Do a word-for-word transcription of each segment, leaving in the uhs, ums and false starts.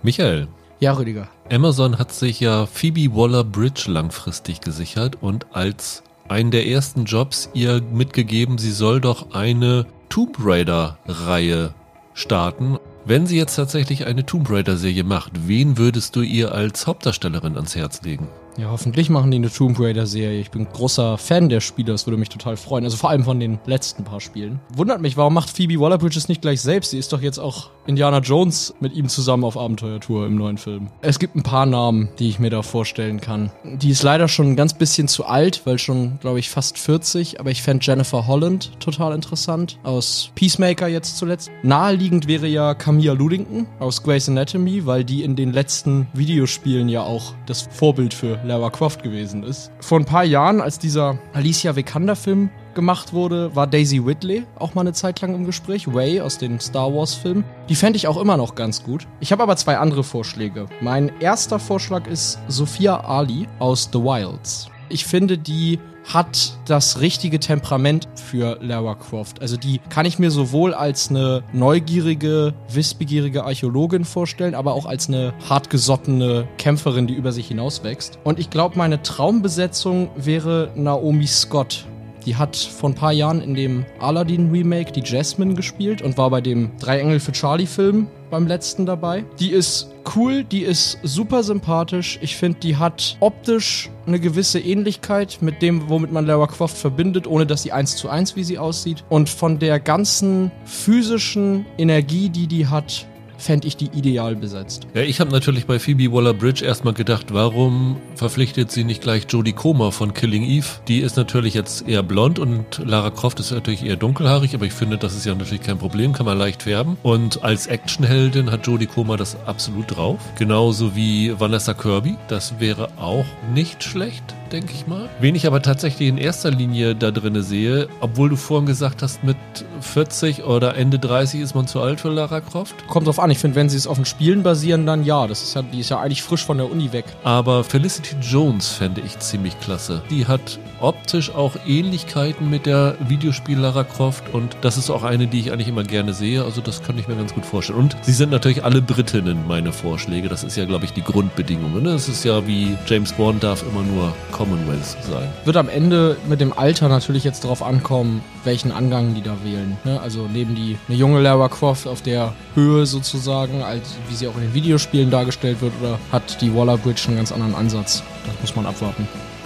Michael. Ja, Rüdiger. Amazon hat sich ja Phoebe Waller-Bridge langfristig gesichert und als einen der ersten Jobs ihr mitgegeben, sie soll doch eine Tomb Raider-Reihe starten. Wenn sie jetzt tatsächlich eine Tomb Raider-Serie macht, wen würdest du ihr als Hauptdarstellerin ans Herz legen? Ja, hoffentlich machen die eine Tomb Raider-Serie. Ich bin großer Fan der Spiele, das würde mich total freuen. Also vor allem von den letzten paar Spielen. Wundert mich, warum macht Phoebe Waller-Bridge es nicht gleich selbst? Sie ist doch jetzt auch Indiana Jones mit ihm zusammen auf Abenteuertour im neuen Film. Es gibt ein paar Namen, die ich mir da vorstellen kann. Die ist leider schon ein ganz bisschen zu alt, weil schon, glaube ich, fast vierzig. Aber ich fände Jennifer Holland total interessant. Aus Peacemaker jetzt zuletzt. Naheliegend wäre ja Camilla Luddington aus Grey's Anatomy, weil die in den letzten Videospielen ja auch das Vorbild für Lara Croft gewesen ist. Vor ein paar Jahren, als dieser Alicia Vikander-Film gemacht wurde, war Daisy Ridley auch mal eine Zeit lang im Gespräch. Rey aus den Star Wars-Filmen. Die fände ich auch immer noch ganz gut. Ich habe aber zwei andere Vorschläge. Mein erster Vorschlag ist Sophia Ali aus The Wilds. Ich finde, die hat das richtige Temperament für Lara Croft. Also die kann ich mir sowohl als eine neugierige, wissbegierige Archäologin vorstellen, aber auch als eine hartgesottene Kämpferin, die über sich hinauswächst. Und ich glaube, meine Traumbesetzung wäre Naomi Scott. Die hat vor ein paar Jahren in dem Aladdin-Remake die Jasmine gespielt und war bei dem Drei Engel für Charlie-Film beim letzten dabei. Die ist cool, die ist super sympathisch. Ich finde, die hat optisch eine gewisse Ähnlichkeit mit dem, womit man Lara Croft verbindet, ohne dass sie eins zu eins, wie sie aussieht. Und von der ganzen physischen Energie, die die hat, fände ich die ideal besetzt. Ja, ich habe natürlich bei Phoebe Waller-Bridge erstmal gedacht, warum verpflichtet sie nicht gleich Jodie Comer von Killing Eve? Die ist natürlich jetzt eher blond und Lara Croft ist natürlich eher dunkelhaarig, aber ich finde, das ist ja natürlich kein Problem, kann man leicht färben. Und als Actionheldin hat Jodie Comer das absolut drauf. Genauso wie Vanessa Kirby. Das wäre auch nicht schlecht, denke ich mal. Wen ich aber tatsächlich in erster Linie da drin sehe, obwohl du vorhin gesagt hast, mit vierzig oder Ende dreißig ist man zu alt für Lara Croft. Kommt drauf an. Ich finde, wenn sie es auf den Spielen basieren, dann ja. Das ist ja, die ist ja eigentlich frisch von der Uni weg. Aber Felicity Jones fände ich ziemlich klasse. Die hat optisch auch Ähnlichkeiten mit der Videospiel Lara Croft und das ist auch eine, die ich eigentlich immer gerne sehe. Also das könnte ich mir ganz gut vorstellen. Und sie sind natürlich alle Britinnen, meine Vorschläge. Das ist ja, glaube ich, die Grundbedingung. Ne? Es ist ja wie James Bond darf immer nur Commonwealth sein. Wird am Ende mit dem Alter natürlich jetzt darauf ankommen, welchen Angang die da wählen. Ne? Also neben die eine junge Lara Croft auf der Höhe sozusagen, als wie sie auch in den Videospielen dargestellt wird, oder hat die Waller-Bridge einen ganz anderen Ansatz? Das muss man abwarten.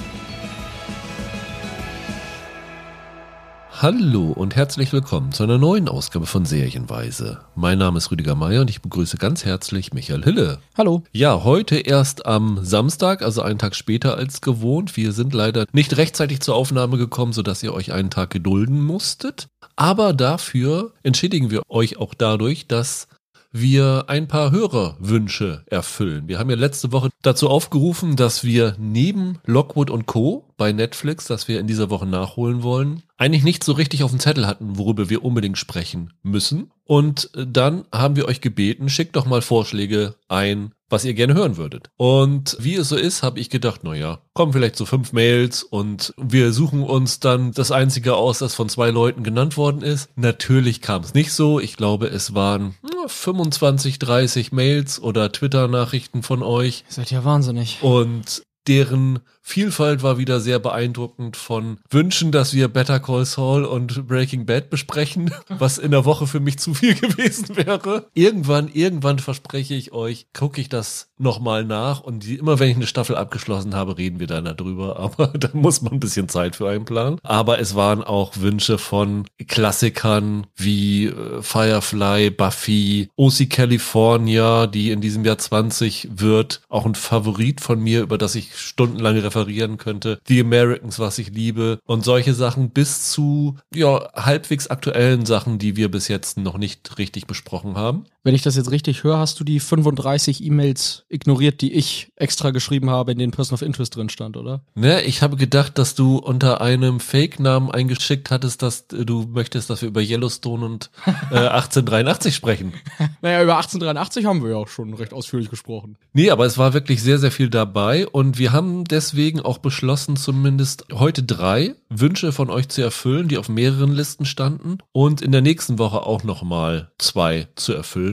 Hallo und herzlich willkommen zu einer neuen Ausgabe von Serienweise. Mein Name ist Rüdiger Meier und ich begrüße ganz herzlich Michael Hille. Hallo. Ja, heute erst am Samstag, also einen Tag später als gewohnt. Wir sind leider nicht rechtzeitig zur Aufnahme gekommen, sodass ihr euch einen Tag gedulden musstet. Aber dafür entschädigen wir euch auch dadurch, dass wir ein paar Hörerwünsche erfüllen. Wir haben ja letzte Woche dazu aufgerufen, dass wir neben Lockwood und Co. bei Netflix, das wir in dieser Woche nachholen wollen, eigentlich nicht so richtig auf dem Zettel hatten, worüber wir unbedingt sprechen müssen. Und dann haben wir euch gebeten, schickt doch mal Vorschläge ein, was ihr gerne hören würdet. Und wie es so ist, habe ich gedacht, naja, kommen vielleicht so fünf Mails und wir suchen uns dann das Einzige aus, das von zwei Leuten genannt worden ist. Natürlich kam es nicht so. Ich glaube, es waren fünfundzwanzig, dreißig Mails oder Twitter-Nachrichten von euch. Ihr seid ja wahnsinnig. Und deren Vielfalt war wieder sehr beeindruckend von Wünschen, dass wir Better Call Saul und Breaking Bad besprechen, was in der Woche für mich zu viel gewesen wäre. Irgendwann, irgendwann verspreche ich euch, gucke ich das nochmal nach und die, immer wenn ich eine Staffel abgeschlossen habe, reden wir dann darüber, aber da muss man ein bisschen Zeit für einplanen. Aber es waren auch Wünsche von Klassikern wie Firefly, Buffy, O C California, die in diesem Jahr zwanzig wird, auch ein Favorit von mir, über das ich stundenlang referieren könnte. The Americans, was ich liebe und solche Sachen bis zu ja halbwegs aktuellen Sachen, die wir bis jetzt noch nicht richtig besprochen haben. Wenn ich das jetzt richtig höre, hast du die fünfunddreißig E-Mails ignoriert, die ich extra geschrieben habe, in denen Person of Interest drin stand, oder? Ne, ich habe gedacht, dass du unter einem Fake-Namen eingeschickt hattest, dass du möchtest, dass wir über Yellowstone und äh, achtzehnhundertdreiundachtzig sprechen. Naja, über achtzehnhundertdreiundachtzig haben wir ja auch schon recht ausführlich gesprochen. Nee, aber es war wirklich sehr, sehr viel dabei und wir haben deswegen auch beschlossen, zumindest heute drei Wünsche von euch zu erfüllen, die auf mehreren Listen standen und in der nächsten Woche auch nochmal zwei zu erfüllen.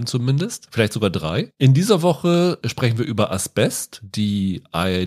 Staffeln zumindest, vielleicht sogar drei. In dieser Woche sprechen wir über Asbest, die A R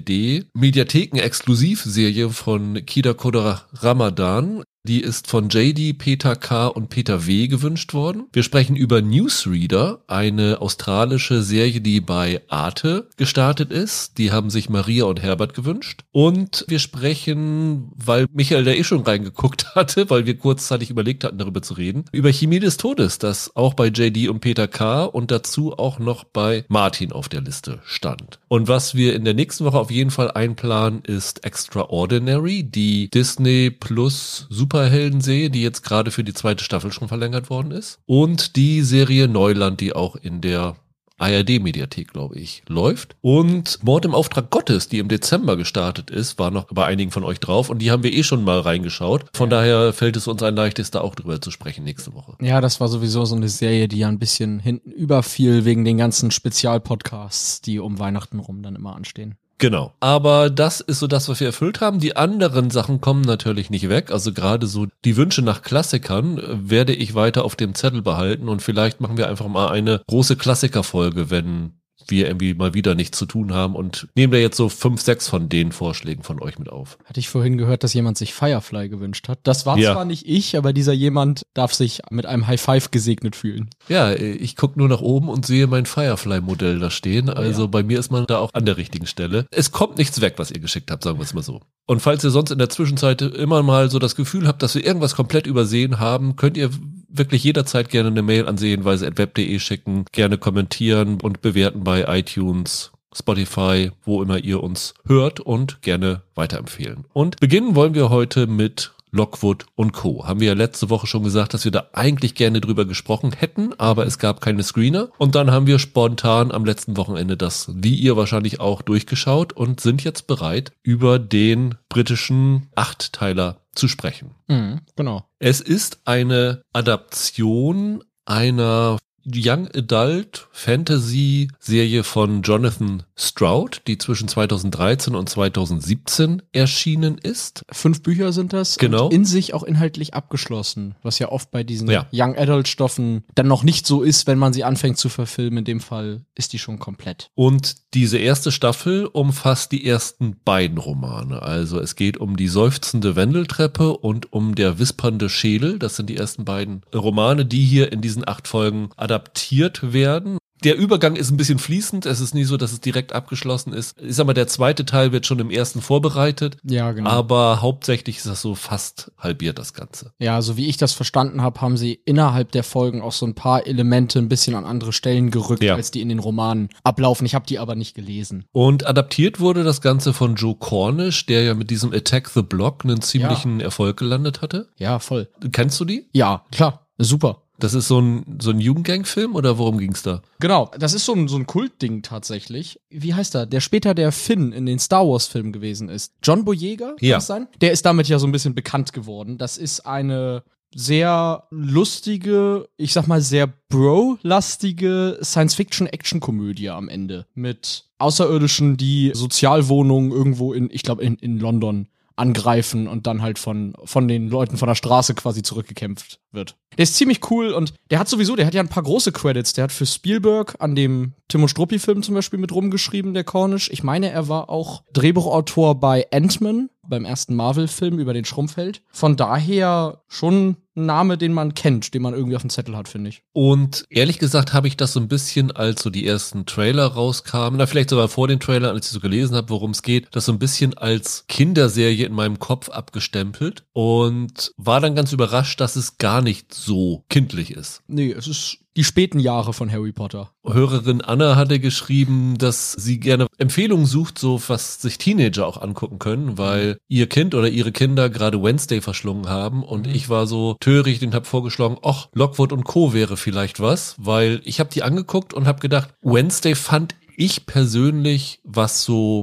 D-Mediatheken-Exklusivserie von Kida Koda Ramadan. Die ist von J D, Peter K. und Peter W. gewünscht worden. Wir sprechen über Newsreader, eine australische Serie, die bei Arte gestartet ist. Die haben sich Maria und Herbert gewünscht. Und wir sprechen, weil Michael da eh schon reingeguckt hatte, weil wir kurzzeitig überlegt hatten, darüber zu reden, über Chemie des Todes, das auch bei J D und Peter K. und dazu auch noch bei Martin auf der Liste stand. Und was wir in der nächsten Woche auf jeden Fall einplanen, ist Extraordinary, die Disney Plus Super Superhelden-Serie, die jetzt gerade für die zweite Staffel schon verlängert worden ist. Und die Serie Neuland, die auch in der A R D-Mediathek, glaube ich, läuft. Und Mord im Auftrag Gottes, die im Dezember gestartet ist, war noch bei einigen von euch drauf. Und die haben wir eh schon mal reingeschaut. Von ja. daher fällt es uns ein leichtes, da auch drüber zu sprechen nächste Woche. Ja, das war sowieso so eine Serie, die ja ein bisschen hinten überfiel wegen den ganzen Spezialpodcasts, die um Weihnachten rum dann immer anstehen. Genau. Aber das ist so das, was wir erfüllt haben. Die anderen Sachen kommen natürlich nicht weg. Also gerade so die Wünsche nach Klassikern äh, werde ich weiter auf dem Zettel behalten und vielleicht machen wir einfach mal eine große Klassikerfolge, wenn wir irgendwie mal wieder nichts zu tun haben und nehmen da jetzt so fünf, sechs von den Vorschlägen von euch mit auf. Hatte ich vorhin gehört, dass jemand sich Firefly gewünscht hat. Das war ja. zwar nicht ich, aber dieser jemand darf sich mit einem High Five gesegnet fühlen. Ja, ich gucke nur nach oben und sehe mein Firefly-Modell da stehen. Also ja. bei mir ist man da auch an der richtigen Stelle. Es kommt nichts weg, was ihr geschickt habt, sagen wir es mal so. Und falls ihr sonst in der Zwischenzeit immer mal so das Gefühl habt, dass wir irgendwas komplett übersehen haben, könnt ihr wirklich jederzeit gerne eine Mail an sehenweise at web punkt de schicken, gerne kommentieren und bewerten bei iTunes, Spotify, wo immer ihr uns hört und gerne weiterempfehlen. Und beginnen wollen wir heute mit Lockwood und Co. Haben wir ja letzte Woche schon gesagt, dass wir da eigentlich gerne drüber gesprochen hätten, aber es gab keine Screener. Und dann haben wir spontan am letzten Wochenende das, wie ihr wahrscheinlich auch, durchgeschaut und sind jetzt bereit, über den britischen Achtteiler zu sprechen. Mhm, genau. Es ist eine Adaption einer Young Adult Fantasy Serie von Jonathan Stroud, die zwischen zweitausenddreizehn und zweitausendsiebzehn erschienen ist. Fünf Bücher sind das. Genau. Und in sich auch inhaltlich abgeschlossen, was ja oft bei diesen ja. Young Adult Stoffen dann noch nicht so ist, wenn man sie anfängt zu verfilmen. In dem Fall ist die schon komplett. Und diese erste Staffel umfasst die ersten beiden Romane. Also es geht um die seufzende Wendeltreppe und um der wispernde Schädel. Das sind die ersten beiden Romane, die hier in diesen acht Folgen adaptiert werden. Der Übergang ist ein bisschen fließend. Es ist nie so, dass es direkt abgeschlossen ist. Ich sag mal, der zweite Teil wird schon im ersten vorbereitet. Ja, genau. Aber hauptsächlich ist das so fast halbiert, das Ganze. Ja, so wie ich das verstanden habe, haben sie innerhalb der Folgen auch so ein paar Elemente ein bisschen an andere Stellen gerückt, ja. als die in den Romanen ablaufen. Ich habe die aber nicht gelesen. Und adaptiert wurde das Ganze von Joe Cornish, der ja mit diesem Attack the Block einen ziemlichen ja. Erfolg gelandet hatte. Ja, voll. Kennst du die? Ja, klar. Super. Das ist so ein, so ein Jugendgang-Film oder worum ging's da? Genau, das ist so ein, so ein Kultding tatsächlich. Wie heißt er? Der später der Finn in den Star Wars-Filmen gewesen ist. John Boyega, kann ja. das sein? Der ist damit ja so ein bisschen bekannt geworden. Das ist eine sehr lustige, ich sag mal sehr bro-lastige Science-Fiction-Action-Komödie am Ende. Mit Außerirdischen, die Sozialwohnungen irgendwo in, ich glaube in, in London angreifen und dann halt von, von den Leuten von der Straße quasi zurückgekämpft wird. Der ist ziemlich cool und der hat sowieso, der hat ja ein paar große Credits. Der hat für Spielberg an dem Tim und Struppi-Film zum Beispiel mit rumgeschrieben, der Cornish. Ich meine, er war auch Drehbuchautor bei Ant-Man, beim ersten Marvel-Film über den Schrumpfheld. Von daher schon ein Name, den man kennt, den man irgendwie auf dem Zettel hat, finde ich. Und ehrlich gesagt habe ich das so ein bisschen, als so die ersten Trailer rauskamen, na vielleicht sogar vor den Trailern, als ich so gelesen habe, worum es geht, das so ein bisschen als Kinderserie in meinem Kopf abgestempelt und war dann ganz überrascht, dass es gar nicht so kindlich ist. Nee, es ist die späten Jahre von Harry Potter. Hörerin Anna hatte geschrieben, dass sie gerne Empfehlungen sucht, so was sich Teenager auch angucken können, weil ihr Kind oder ihre Kinder gerade Wednesday verschlungen haben und mhm. ich war so töricht und habe vorgeschlagen, ach, Lockwood und Co. wäre vielleicht was, weil ich habe die angeguckt und habe gedacht, Wednesday fand ich persönlich, was so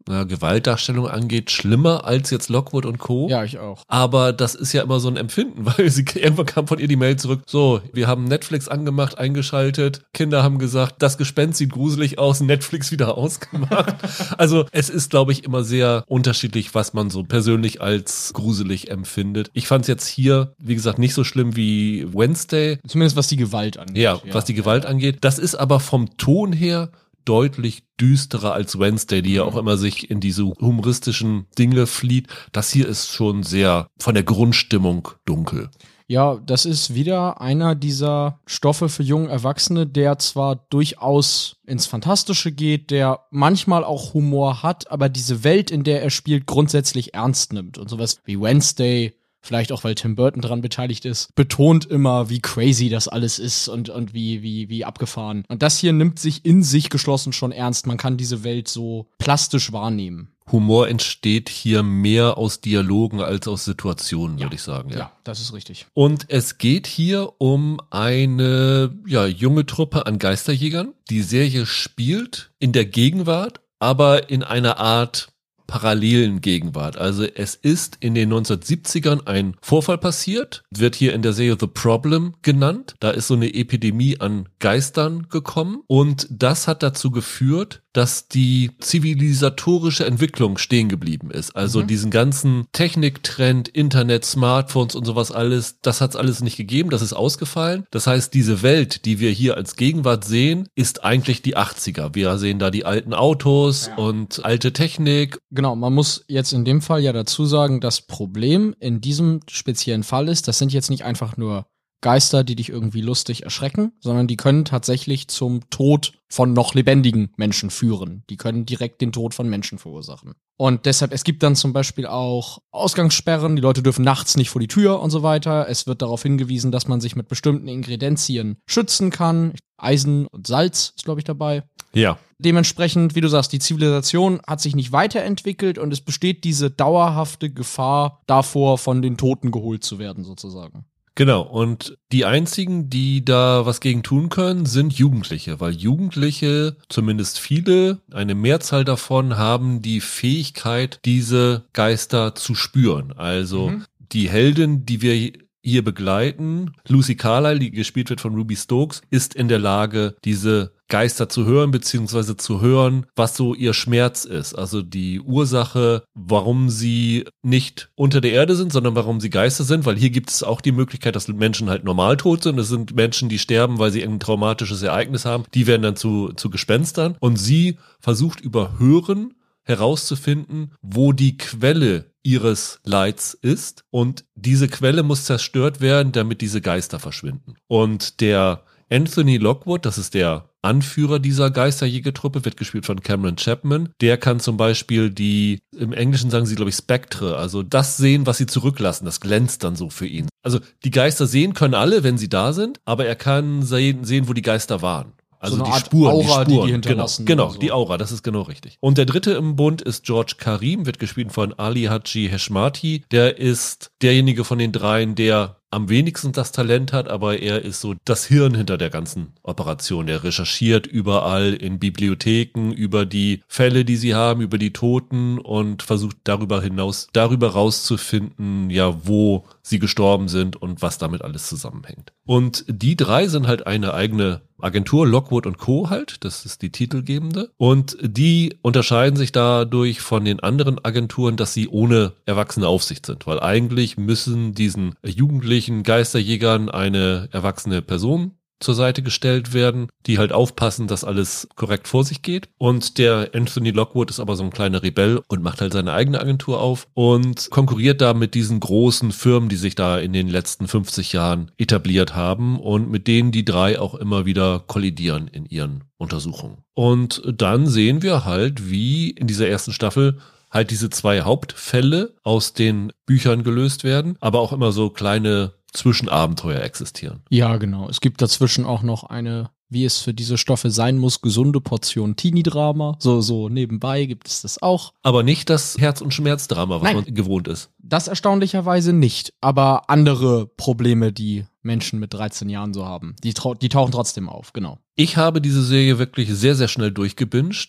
na, Gewaltdarstellung angeht, schlimmer als jetzt Lockwood und Co. Ja, ich auch. Aber das ist ja immer so ein Empfinden, weil sie irgendwann kam von ihr die Mail zurück, so, wir haben Netflix angemacht, eingeschaltet, Kinder haben gesagt, das Gespenst sieht gruselig aus, Netflix wieder ausgemacht. Also es ist, glaube ich, immer sehr unterschiedlich, was man so persönlich als gruselig empfindet. Ich fand es jetzt hier, wie gesagt, nicht so schlimm wie Wednesday. Zumindest was die Gewalt angeht. Ja, ja. was die Gewalt angeht. Das ist aber vom Ton her deutlich düsterer als Wednesday, die ja auch immer sich in diese humoristischen Dinge flieht. Das hier ist schon sehr von der Grundstimmung dunkel. Ja, das ist wieder einer dieser Stoffe für junge Erwachsene, der zwar durchaus ins Fantastische geht, der manchmal auch Humor hat, aber diese Welt, in der er spielt, grundsätzlich ernst nimmt. Und sowas wie Wednesday, vielleicht auch, weil Tim Burton daran beteiligt ist, betont immer, wie crazy das alles ist und, und wie, wie, wie abgefahren. Und das hier nimmt sich in sich geschlossen schon ernst. Man kann diese Welt so plastisch wahrnehmen. Humor entsteht hier mehr aus Dialogen als aus Situationen, ja. würde ich sagen. Ja. ja, das ist richtig. Und es geht hier um eine ja, junge Truppe an Geisterjägern. Die Serie spielt in der Gegenwart, aber in einer Art parallelen Gegenwart. Also es ist in den neunzehnhundertsiebzigern ein Vorfall passiert, wird hier in der Serie The Problem genannt. Da ist so eine Epidemie an Geistern gekommen und das hat dazu geführt, dass die zivilisatorische Entwicklung stehen geblieben ist. Also mhm. diesen ganzen Techniktrend, Internet, Smartphones und sowas alles, das hat es alles nicht gegeben, das ist ausgefallen. Das heißt, diese Welt, die wir hier als Gegenwart sehen, ist eigentlich die achtziger. Wir sehen da die alten Autos ja. und alte Technik. Genau, man muss jetzt in dem Fall ja dazu sagen, das Problem in diesem speziellen Fall ist, das sind jetzt nicht einfach nur Geister, die dich irgendwie lustig erschrecken, sondern die können tatsächlich zum Tod von noch lebendigen Menschen führen. Die können direkt den Tod von Menschen verursachen. Und deshalb, es gibt dann zum Beispiel auch Ausgangssperren, die Leute dürfen nachts nicht vor die Tür und so weiter. Es wird darauf hingewiesen, dass man sich mit bestimmten Ingredienzien schützen kann. Eisen und Salz ist, glaube ich, dabei. Ja. Dementsprechend, wie du sagst, die Zivilisation hat sich nicht weiterentwickelt und es besteht diese dauerhafte Gefahr davor, von den Toten geholt zu werden, sozusagen. Genau, und die einzigen, die da was gegen tun können, sind Jugendliche, weil Jugendliche, zumindest viele, eine Mehrzahl davon, haben die Fähigkeit, diese Geister zu spüren. Also mhm. die Heldin, die wir hier begleiten, Lucy Carlyle, die gespielt wird von Ruby Stokes, ist in der Lage, diese Geister zu hören, beziehungsweise zu hören, was so ihr Schmerz ist. Also die Ursache, warum sie nicht unter der Erde sind, sondern warum sie Geister sind, weil hier gibt es auch die Möglichkeit, dass Menschen halt normal tot sind. Es sind Menschen, die sterben, weil sie ein traumatisches Ereignis haben. Die werden dann zu, zu Gespenstern. Und sie versucht über Hören herauszufinden, wo die Quelle ihres Leids ist. Und diese Quelle muss zerstört werden, damit diese Geister verschwinden. Und der Anthony Lockwood, das ist der Anführer dieser Geisterjägertruppe, wird gespielt von Cameron Chapman. Der kann zum Beispiel die, im Englischen sagen sie, glaube ich, Spectre, also das sehen, was sie zurücklassen. Das glänzt dann so für ihn. Also die Geister sehen können alle, wenn sie da sind, aber er kann sehen, sehen wo die Geister waren. Also so eine die Art Spuren, Aura, die Spuren, die die hinterlassen. Genau, genau so. Die Aura, das ist genau richtig. Und der dritte im Bund ist George Karim, wird gespielt von Ali Haji Heshmati. Der ist derjenige von den dreien, der am wenigsten das Talent hat, aber er ist so das Hirn hinter der ganzen Operation. Er recherchiert überall in Bibliotheken über die Fälle, die sie haben, über die Toten und versucht darüber hinaus, darüber rauszufinden, ja, wo sie gestorben sind und was damit alles zusammenhängt. Und die drei sind halt eine eigene Agentur, Lockwood und Co. halt, das ist die titelgebende. Und die unterscheiden sich dadurch von den anderen Agenturen, dass sie ohne erwachsene Aufsicht sind, weil eigentlich müssen diesen jugendlichen Geisterjägern eine erwachsene Person zur Seite gestellt werden, die halt aufpassen, dass alles korrekt vor sich geht. Und der Anthony Lockwood ist aber so ein kleiner Rebell und macht halt seine eigene Agentur auf und konkurriert da mit diesen großen Firmen, die sich da in den letzten fünfzig Jahren etabliert haben und mit denen die drei auch immer wieder kollidieren in ihren Untersuchungen. Und dann sehen wir halt, wie in dieser ersten Staffel halt diese zwei Hauptfälle aus den Büchern gelöst werden, aber auch immer so kleine Zwischenabenteuer existieren. Ja, genau. Es gibt dazwischen auch noch eine, wie es für diese Stoffe sein muss, gesunde Portion Teenie-Drama. So, so nebenbei gibt es das auch. Aber nicht das Herz- und Schmerzdrama, was Nein. man gewohnt ist. Das erstaunlicherweise nicht. Aber andere Probleme, die Menschen mit dreizehn Jahren so haben, die, trau- die tauchen trotzdem auf, genau. Ich habe diese Serie wirklich sehr, sehr schnell durchgebinged,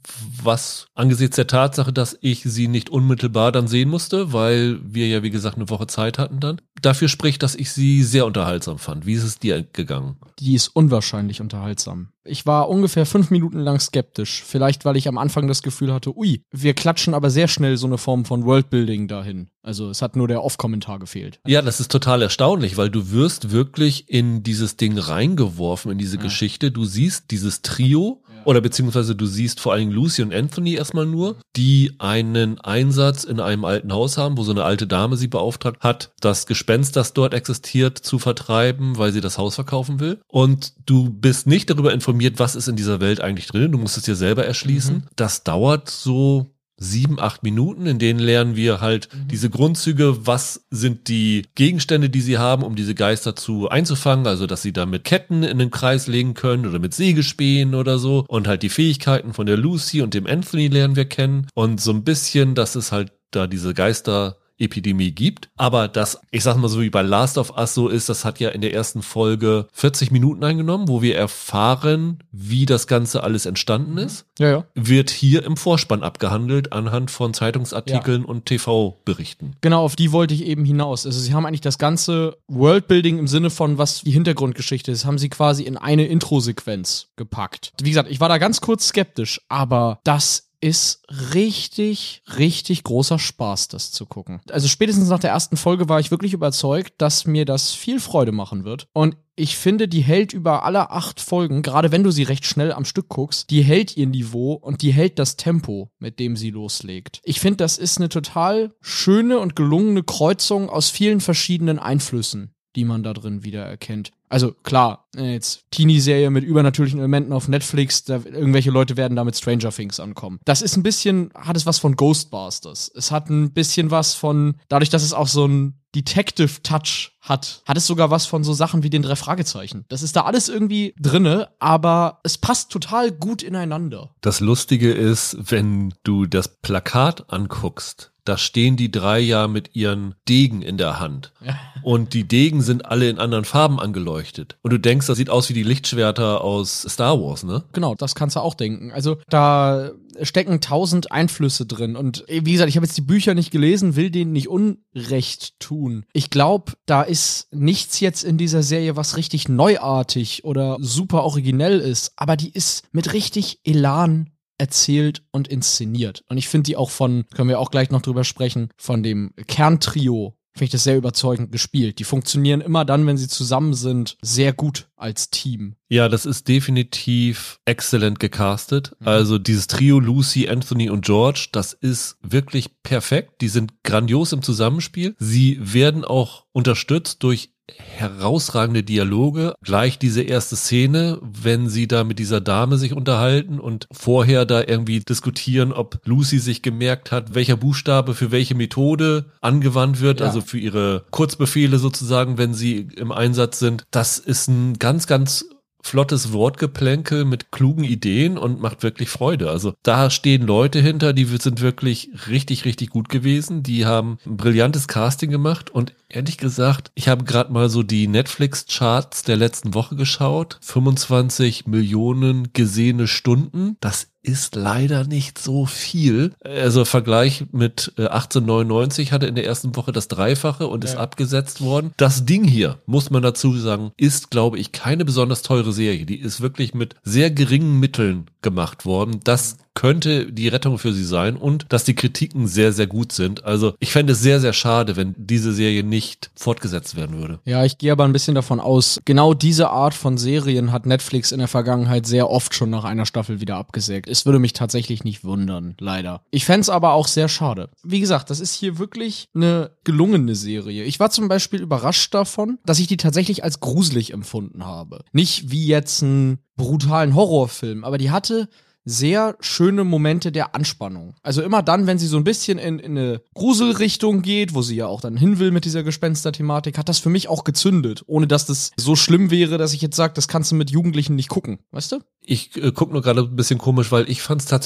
was angesichts der Tatsache, dass ich sie nicht unmittelbar dann sehen musste, weil wir ja wie gesagt eine Woche Zeit hatten dann, dafür spricht, dass ich sie sehr unterhaltsam fand. Wie ist es dir gegangen? Die ist unwahrscheinlich unterhaltsam. Ich war ungefähr fünf Minuten lang skeptisch. Vielleicht, weil ich am Anfang das Gefühl hatte, ui, wir klatschen aber sehr schnell so eine Form von Worldbuilding dahin. Also es hat nur der Off-Kommentar gefehlt. Ja, das ist total erstaunlich, weil du wirst wirklich in dieses Ding reingeworfen, in diese ja. Geschichte. Du siehst dieses Trio, ja. oder beziehungsweise du siehst vor allem Lucy und Anthony erstmal nur, die einen Einsatz in einem alten Haus haben, wo so eine alte Dame sie beauftragt hat, das Gespenst, das dort existiert, zu vertreiben, weil sie das Haus verkaufen will. Und du bist nicht darüber informiert, was ist in dieser Welt eigentlich drin. Du musst es dir selber erschließen. Mhm. Das dauert so sieben, acht Minuten, in denen lernen wir halt mhm. diese Grundzüge, was sind die Gegenstände, die sie haben, um diese Geister zu einzufangen, also dass sie da mit Ketten in den Kreis legen können oder mit Sägespänen oder so, und halt die Fähigkeiten von der Lucy und dem Anthony lernen wir kennen und so ein bisschen, dass es halt da diese Geister Epidemie gibt, aber das, ich sag mal so wie bei Last of Us so ist, das hat ja in der ersten Folge vierzig Minuten eingenommen, wo wir erfahren, wie das Ganze alles entstanden ist. Ja, ja. Wird hier im Vorspann abgehandelt anhand von Zeitungsartikeln ja. und T V-Berichten. Genau, auf die wollte ich eben hinaus. Also sie haben eigentlich das ganze Worldbuilding im Sinne von, was die Hintergrundgeschichte ist, haben sie quasi in eine Intro-Sequenz gepackt. Wie gesagt, ich war da ganz kurz skeptisch, aber das ist richtig, richtig großer Spaß, das zu gucken. Also spätestens nach der ersten Folge war ich wirklich überzeugt, dass mir das viel Freude machen wird. Und ich finde, die hält über alle acht Folgen, gerade wenn du sie recht schnell am Stück guckst, die hält ihr Niveau und die hält das Tempo, mit dem sie loslegt. Ich finde, das ist eine total schöne und gelungene Kreuzung aus vielen verschiedenen Einflüssen, die man da drin wieder erkennt. Also klar, jetzt Teenie-Serie mit übernatürlichen Elementen auf Netflix, da irgendwelche Leute werden da mit Stranger Things ankommen. Das ist ein bisschen, hat es was von Ghostbusters. Es hat ein bisschen was von, dadurch, dass es auch so ein Detective-Touch hat, hat es sogar was von so Sachen wie den drei Fragezeichen. Das ist da alles irgendwie drinne, aber es passt total gut ineinander. Das Lustige ist, wenn du das Plakat anguckst, da stehen die drei ja mit ihren Degen in der Hand. Ja. Und die Degen sind alle in anderen Farben angeleuchtet. Und du denkst, das sieht aus wie die Lichtschwerter aus Star Wars, ne? Genau, das kannst du auch denken. Also da stecken tausend Einflüsse drin. Und wie gesagt, ich habe jetzt die Bücher nicht gelesen, will denen nicht Unrecht tun. Ich glaube, da ist nichts jetzt in dieser Serie, was richtig neuartig oder super originell ist. Aber die ist mit richtig Elan erzählt und inszeniert. Und ich finde die auch von, können wir auch gleich noch drüber sprechen, von dem Kerntrio, finde ich das sehr überzeugend gespielt. Die funktionieren immer dann, wenn sie zusammen sind, sehr gut als Team. Ja, das ist definitiv exzellent gecastet. Mhm. Also dieses Trio Lucy, Anthony und George, das ist wirklich perfekt. Die sind grandios im Zusammenspiel. Sie werden auch unterstützt durch herausragende Dialoge. Gleich diese erste Szene, wenn sie da mit dieser Dame sich unterhalten und vorher da irgendwie diskutieren, ob Lucy sich gemerkt hat, welcher Buchstabe für welche Methode angewandt wird, ja. also für ihre Kurzbefehle sozusagen, wenn sie im Einsatz sind. Das ist ein ganz, ganz flottes Wortgeplänkel mit klugen Ideen und macht wirklich Freude. Also da stehen Leute hinter, die sind wirklich richtig, richtig gut gewesen. Die haben ein brillantes Casting gemacht und ehrlich gesagt, ich habe gerade mal so die Netflix-Charts der letzten Woche geschaut. fünfundzwanzig Millionen gesehene Stunden. Das ist leider nicht so viel. Also Vergleich mit achtzehnhundertneunundneunzig hatte in der ersten Woche das Dreifache und ja. ist abgesetzt worden. Das Ding hier, muss man dazu sagen, ist, glaube ich, keine besonders teure Serie. Die ist wirklich mit sehr geringen Mitteln gemacht worden. Das könnte die Rettung für sie sein und dass die Kritiken sehr, sehr gut sind. Also ich fände es sehr, sehr schade, wenn diese Serie nicht fortgesetzt werden würde. Ja, ich gehe aber ein bisschen davon aus, genau diese Art von Serien hat Netflix in der Vergangenheit sehr oft schon nach einer Staffel wieder abgesägt. Es würde mich tatsächlich nicht wundern, leider. Ich fände es aber auch sehr schade. Wie gesagt, das ist hier wirklich eine gelungene Serie. Ich war zum Beispiel überrascht davon, dass ich die tatsächlich als gruselig empfunden habe. Nicht wie jetzt einen brutalen Horrorfilm, aber die hatte sehr schöne Momente der Anspannung. Also immer dann, wenn sie so ein bisschen in, in eine Gruselrichtung geht, wo sie ja auch dann hin will mit dieser Gespenster-Thematik, hat das für mich auch gezündet, ohne dass das so schlimm wäre, dass ich jetzt sage, das kannst du mit Jugendlichen nicht gucken, weißt du? Ich äh, gucke nur gerade ein bisschen komisch, weil ich fand es tatsächlich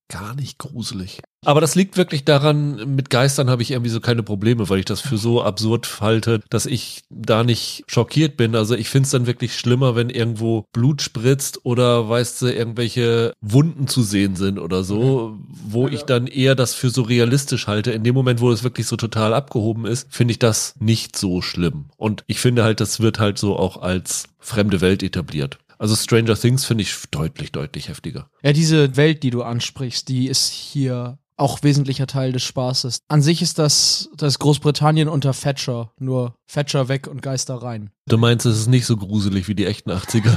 gar nicht gruselig. Aber das liegt wirklich daran, mit Geistern habe ich irgendwie so keine Probleme, weil ich das für so absurd halte, dass ich da nicht schockiert bin. Also ich finde es dann wirklich schlimmer, wenn irgendwo Blut spritzt oder, weißt du, irgendwelche Wunden zu sehen sind oder so, wo ich dann eher das für so realistisch halte. In dem Moment, wo es wirklich so total abgehoben ist, finde ich das nicht so schlimm. Und ich finde halt, das wird halt so auch als fremde Welt etabliert. Also Stranger Things finde ich deutlich, deutlich heftiger. Ja, diese Welt, die du ansprichst, die ist hier auch wesentlicher Teil des Spaßes. An sich ist das, das Großbritannien unter Thatcher, nur Thatcher weg und Geister rein. Du meinst, es ist nicht so gruselig wie die echten achtziger?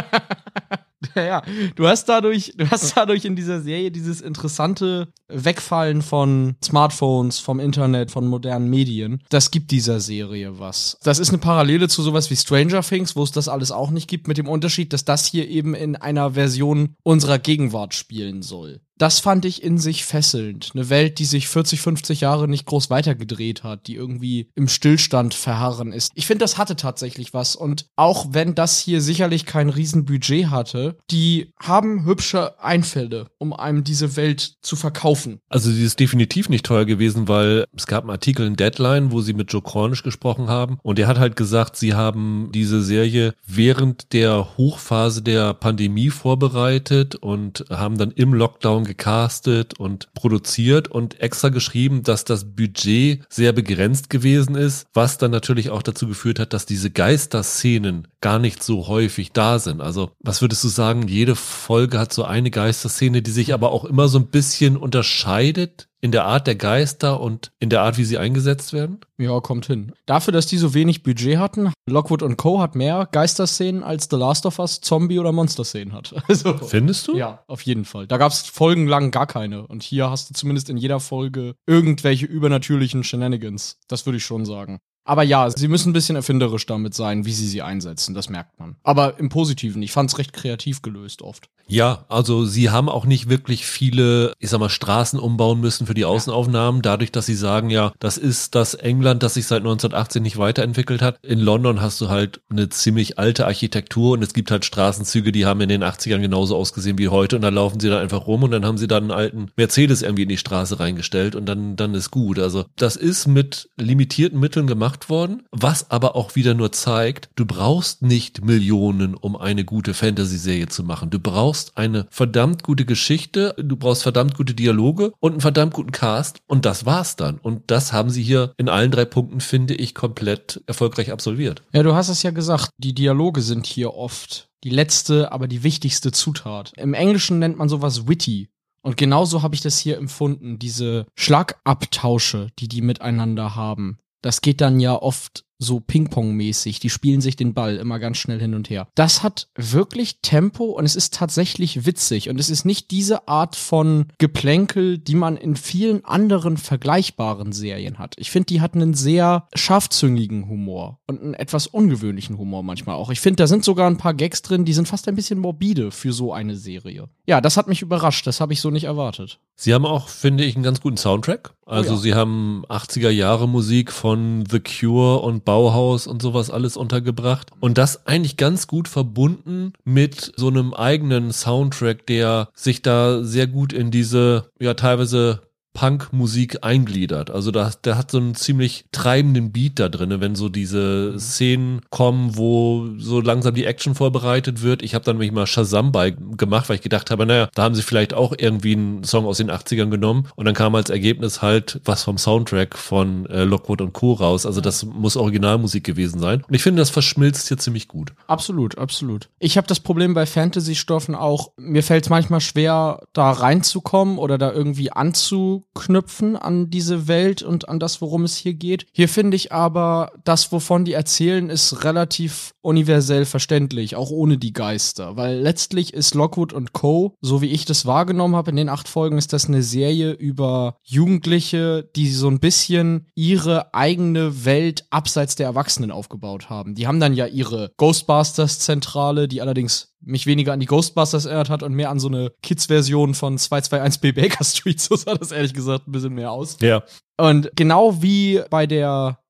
Ja, ja, du hast dadurch, du hast dadurch in dieser Serie dieses interessante Wegfallen von Smartphones, vom Internet, von modernen Medien. Das gibt dieser Serie was. Das ist eine Parallele zu sowas wie Stranger Things, wo es das alles auch nicht gibt, mit dem Unterschied, dass das hier eben in einer Version unserer Gegenwart spielen soll. Das fand ich in sich fesselnd. Eine Welt, die sich vierzig, fünfzig Jahre nicht groß weitergedreht hat, die irgendwie im Stillstand verharren ist. Ich finde, das hatte tatsächlich was. Und auch wenn das hier sicherlich kein Riesenbudget hatte, die haben hübsche Einfälle, um einem diese Welt zu verkaufen. Also sie ist definitiv nicht teuer gewesen, weil es gab einen Artikel in Deadline, wo sie mit Joe Cornish gesprochen haben. Und er hat halt gesagt, sie haben diese Serie während der Hochphase der Pandemie vorbereitet und haben dann im Lockdown gecastet und produziert und extra geschrieben, dass das Budget sehr begrenzt gewesen ist, was dann natürlich auch dazu geführt hat, dass diese Geisterszenen gar nicht so häufig da sind. Also, was würdest du sagen, jede Folge hat so eine Geisterszene, die sich aber auch immer so ein bisschen unterscheidet in der Art der Geister und in der Art, wie sie eingesetzt werden? Ja, kommt hin. Dafür, dass die so wenig Budget hatten, Lockwood und Co. hat mehr Geisterszenen als The Last of Us Zombie- oder Monster-Szenen hat. Also, findest du? Ja, auf jeden Fall. Da gab es folgenlang gar keine. Und hier hast du zumindest in jeder Folge irgendwelche übernatürlichen Shenanigans. Das würde ich schon sagen. Aber ja, sie müssen ein bisschen erfinderisch damit sein, wie sie sie einsetzen, das merkt man. Aber im Positiven, ich fand's recht kreativ gelöst oft. Ja, also sie haben auch nicht wirklich viele, ich sag mal, Straßen umbauen müssen für die Außenaufnahmen, dadurch, dass sie sagen, ja, das ist das England, das sich seit neunzehnhundertachtzehn nicht weiterentwickelt hat. In London hast du halt eine ziemlich alte Architektur und es gibt halt Straßenzüge, die haben in den achtzigern genauso ausgesehen wie heute und da laufen sie dann einfach rum und dann haben sie dann einen alten Mercedes irgendwie in die Straße reingestellt und dann, dann ist gut. Also das ist mit limitierten Mitteln gemacht worden, was aber auch wieder nur zeigt, du brauchst nicht Millionen, um eine gute Fantasy-Serie zu machen. Du brauchst eine verdammt gute Geschichte, du brauchst verdammt gute Dialoge und einen verdammt guten Cast und das war's dann. Und das haben sie hier in allen drei Punkten, finde ich, komplett erfolgreich absolviert. Ja, du hast es ja gesagt, die Dialoge sind hier oft die letzte, aber die wichtigste Zutat. Im Englischen nennt man sowas witty. Und genauso habe ich das hier empfunden, diese Schlagabtausche, die die miteinander haben. Das geht dann ja oft so Ping-Pong-mäßig. Die spielen sich den Ball immer ganz schnell hin und her. Das hat wirklich Tempo und es ist tatsächlich witzig. Und es ist nicht diese Art von Geplänkel, die man in vielen anderen vergleichbaren Serien hat. Ich finde, die hatten einen sehr scharfzüngigen Humor und einen etwas ungewöhnlichen Humor manchmal auch. Ich finde, da sind sogar ein paar Gags drin, die sind fast ein bisschen morbide für so eine Serie. Ja, das hat mich überrascht. Das habe ich so nicht erwartet. Sie haben auch, finde ich, einen ganz guten Soundtrack. Also oh ja. Sie haben achtziger Jahre Musik von The Cure und Bauhaus und sowas alles untergebracht. Und das eigentlich ganz gut verbunden mit so einem eigenen Soundtrack, der sich da sehr gut in diese, ja, teilweise Punk-Musik eingliedert. Also da, der hat so einen ziemlich treibenden Beat da drin, wenn so diese Szenen kommen, wo so langsam die Action vorbereitet wird. Ich habe dann nämlich mal Shazam bei gemacht, weil ich gedacht habe, naja, da haben sie vielleicht auch irgendwie einen Song aus den achtzigern genommen und dann kam als Ergebnis halt was vom Soundtrack von äh, Lockwood und Co. raus. Also das muss Originalmusik gewesen sein. Und ich finde, das verschmilzt hier ziemlich gut. Absolut, absolut. Ich habe das Problem bei Fantasy-Stoffen auch, mir fällt es manchmal schwer, da reinzukommen oder da irgendwie anzu knüpfen an diese Welt und an das, worum es hier geht. Hier finde ich aber, das, wovon die erzählen, ist relativ universell verständlich, auch ohne die Geister, weil letztlich ist Lockwood und Co., so wie ich das wahrgenommen habe in den acht Folgen, ist das eine Serie über Jugendliche, die so ein bisschen ihre eigene Welt abseits der Erwachsenen aufgebaut haben. Die haben dann ja ihre Ghostbusters-Zentrale, die allerdings mich weniger an die Ghostbusters erinnert hat und mehr an so eine Kids-Version von zwei zwei eins B Baker Street. So sah das ehrlich gesagt ein bisschen mehr aus. Ja. Und genau wie bei der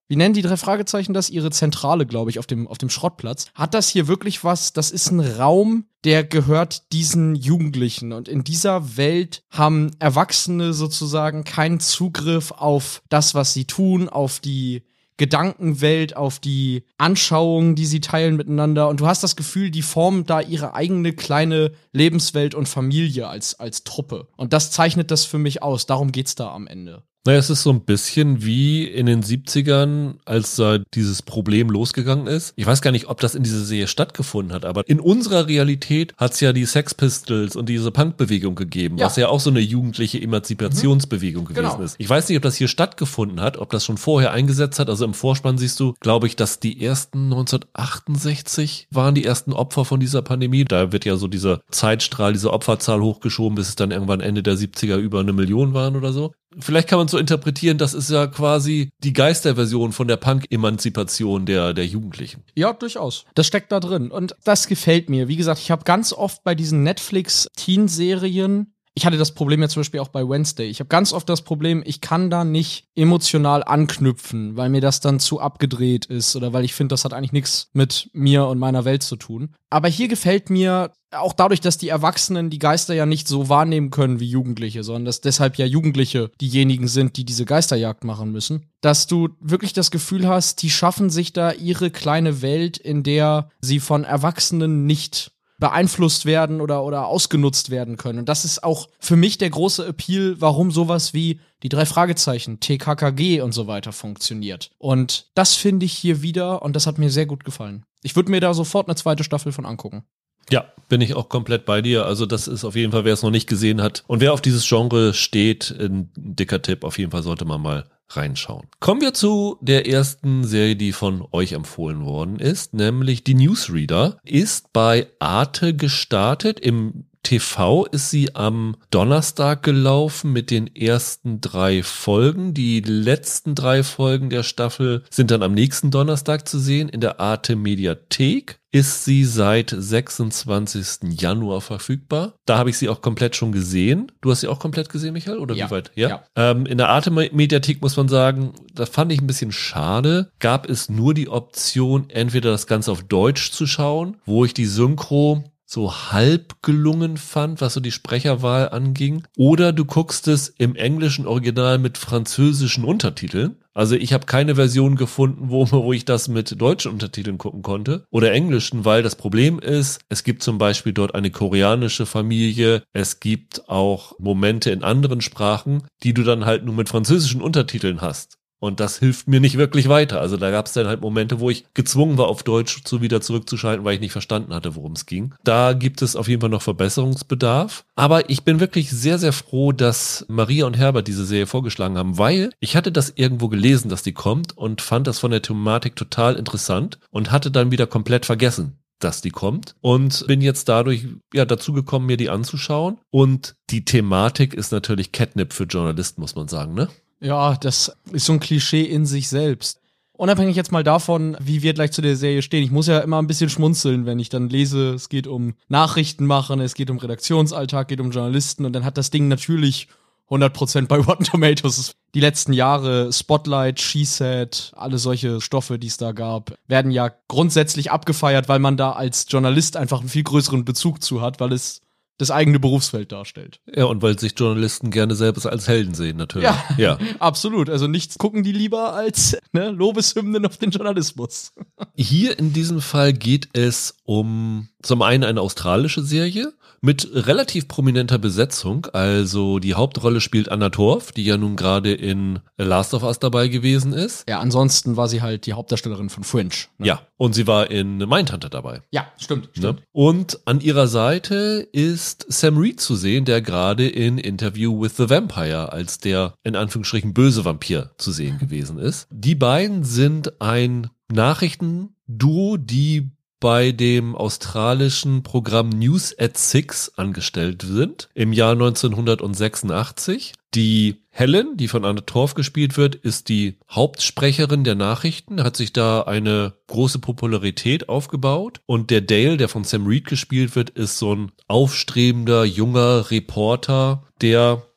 wie nennen die drei Fragezeichen das? Ihre Zentrale, glaube ich, auf dem, auf dem Schrottplatz. Hat das hier wirklich was? Das ist ein Raum, der gehört diesen Jugendlichen. Und in dieser Welt haben Erwachsene sozusagen keinen Zugriff auf das, was sie tun, auf die Gedankenwelt, auf die Anschauungen, die sie teilen miteinander. Und du hast das Gefühl, die formen da ihre eigene kleine Lebenswelt und Familie als, als Truppe. Und das zeichnet das für mich aus. Darum geht's da am Ende. Naja, es ist so ein bisschen wie in den siebzigern, als da dieses Problem losgegangen ist. Ich weiß gar nicht, ob das in dieser Serie stattgefunden hat, aber in unserer Realität hat es ja die Sex Pistols und diese Punkbewegung gegeben, ja. was ja auch so eine jugendliche Emanzipationsbewegung mhm. gewesen genau. ist. Ich weiß nicht, ob das hier stattgefunden hat, ob das schon vorher eingesetzt hat. Also im Vorspann siehst du, glaube ich, dass die ersten neunzehnhundertachtundsechzig waren die ersten Opfer von dieser Pandemie. Da wird ja so dieser Zeitstrahl, diese Opferzahl hochgeschoben, bis es dann irgendwann Ende der siebziger über eine Million waren oder so. Vielleicht kann man so interpretieren, das ist ja quasi die Geisterversion von der Punk-Emanzipation der, der Jugendlichen. Ja, durchaus. Das steckt da drin. Und das gefällt mir. Wie gesagt, ich habe ganz oft bei diesen Netflix-Teen-Serien, ich hatte das Problem ja zum Beispiel auch bei Wednesday. Ich habe ganz oft das Problem, ich kann da nicht emotional anknüpfen, weil mir das dann zu abgedreht ist oder weil ich finde, das hat eigentlich nichts mit mir und meiner Welt zu tun. Aber hier gefällt mir auch dadurch, dass die Erwachsenen die Geister ja nicht so wahrnehmen können wie Jugendliche, sondern dass deshalb ja Jugendliche diejenigen sind, die diese Geisterjagd machen müssen, dass du wirklich das Gefühl hast, die schaffen sich da ihre kleine Welt, in der sie von Erwachsenen nicht beeinflusst werden oder, oder ausgenutzt werden können. Und das ist auch für mich der große Appeal, warum sowas wie die drei Fragezeichen, T K K G und so weiter funktioniert. Und das finde ich hier wieder und das hat mir sehr gut gefallen. Ich würde mir da sofort eine zweite Staffel von angucken. Ja, bin ich auch komplett bei dir. Also das ist auf jeden Fall, wer es noch nicht gesehen hat und wer auf dieses Genre steht, ein dicker Tipp. Auf jeden Fall sollte man mal reinschauen. Kommen wir zu der ersten Serie, die von euch empfohlen worden ist, nämlich die Newsreader. Ist bei Arte gestartet. Im T V ist sie am Donnerstag gelaufen mit den ersten drei Folgen. Die letzten drei Folgen der Staffel sind dann am nächsten Donnerstag zu sehen. In der Arte Mediathek ist sie seit sechsundzwanzigsten Januar verfügbar. Da habe ich sie auch komplett schon gesehen. Du hast sie auch komplett gesehen, Michael? Oder ja. wie weit? Ja. ja. Ähm, in der Arte Mediathek muss man sagen, das fand ich ein bisschen schade. Gab es nur die Option, entweder das Ganze auf Deutsch zu schauen, wo ich die Synchro so halb gelungen fand, was so die Sprecherwahl anging. Oder du guckst es im englischen Original mit französischen Untertiteln. Also ich habe keine Version gefunden, wo, wo ich das mit deutschen Untertiteln gucken konnte. Oder englischen, weil das Problem ist, es gibt zum Beispiel dort eine koreanische Familie. Es gibt auch Momente in anderen Sprachen, die du dann halt nur mit französischen Untertiteln hast. Und das hilft mir nicht wirklich weiter. Also da gab es dann halt Momente, wo ich gezwungen war, auf Deutsch zu wieder zurückzuschalten, weil ich nicht verstanden hatte, worum es ging. Da gibt es auf jeden Fall noch Verbesserungsbedarf. Aber ich bin wirklich sehr, sehr froh, dass Maria und Herbert diese Serie vorgeschlagen haben, weil ich hatte das irgendwo gelesen, dass die kommt und fand das von der Thematik total interessant und hatte dann wieder komplett vergessen, dass die kommt und bin jetzt dadurch ja dazu gekommen, mir die anzuschauen. Und die Thematik ist natürlich Catnip für Journalisten, muss man sagen, ne? Ja, das ist so ein Klischee in sich selbst. Unabhängig jetzt mal davon, wie wir gleich zu der Serie stehen. Ich muss ja immer ein bisschen schmunzeln, wenn ich dann lese, es geht um Nachrichten machen, es geht um Redaktionsalltag, geht um Journalisten und dann hat das Ding natürlich hundert Prozent bei Rotten Tomatoes. Die letzten Jahre, Spotlight, She Said, alle solche Stoffe, die es da gab, werden ja grundsätzlich abgefeiert, weil man da als Journalist einfach einen viel größeren Bezug zu hat, weil es das eigene Berufsfeld darstellt. Ja, und weil sich Journalisten gerne selbst als Helden sehen, natürlich. Ja, ja. Absolut. Also nichts gucken die lieber als ne, Lobeshymnen auf den Journalismus. Hier in diesem Fall geht es um zum einen eine australische Serie mit relativ prominenter Besetzung. Also die Hauptrolle spielt Anna Torv, die ja nun gerade in Last of Us dabei gewesen ist. Ja, ansonsten war sie halt die Hauptdarstellerin von Fringe. Ne? Ja, und sie war in Mindhunter dabei. Ja, stimmt, stimmt. Ne? Und an ihrer Seite ist Sam Reed zu sehen, der gerade in Interview with the Vampire als der in Anführungsstrichen böse Vampir zu sehen gewesen ist. Die beiden sind ein Nachrichtenduo, die bei dem australischen Programm News at Six angestellt sind, im Jahr neunzehnhundertsechsundachtzig. Die Helen, die von Anna Torv gespielt wird, ist die Hauptsprecherin der Nachrichten, hat sich da eine große Popularität aufgebaut. Und der Dale, der von Sam Reed gespielt wird, ist so ein aufstrebender, junger Reporter, der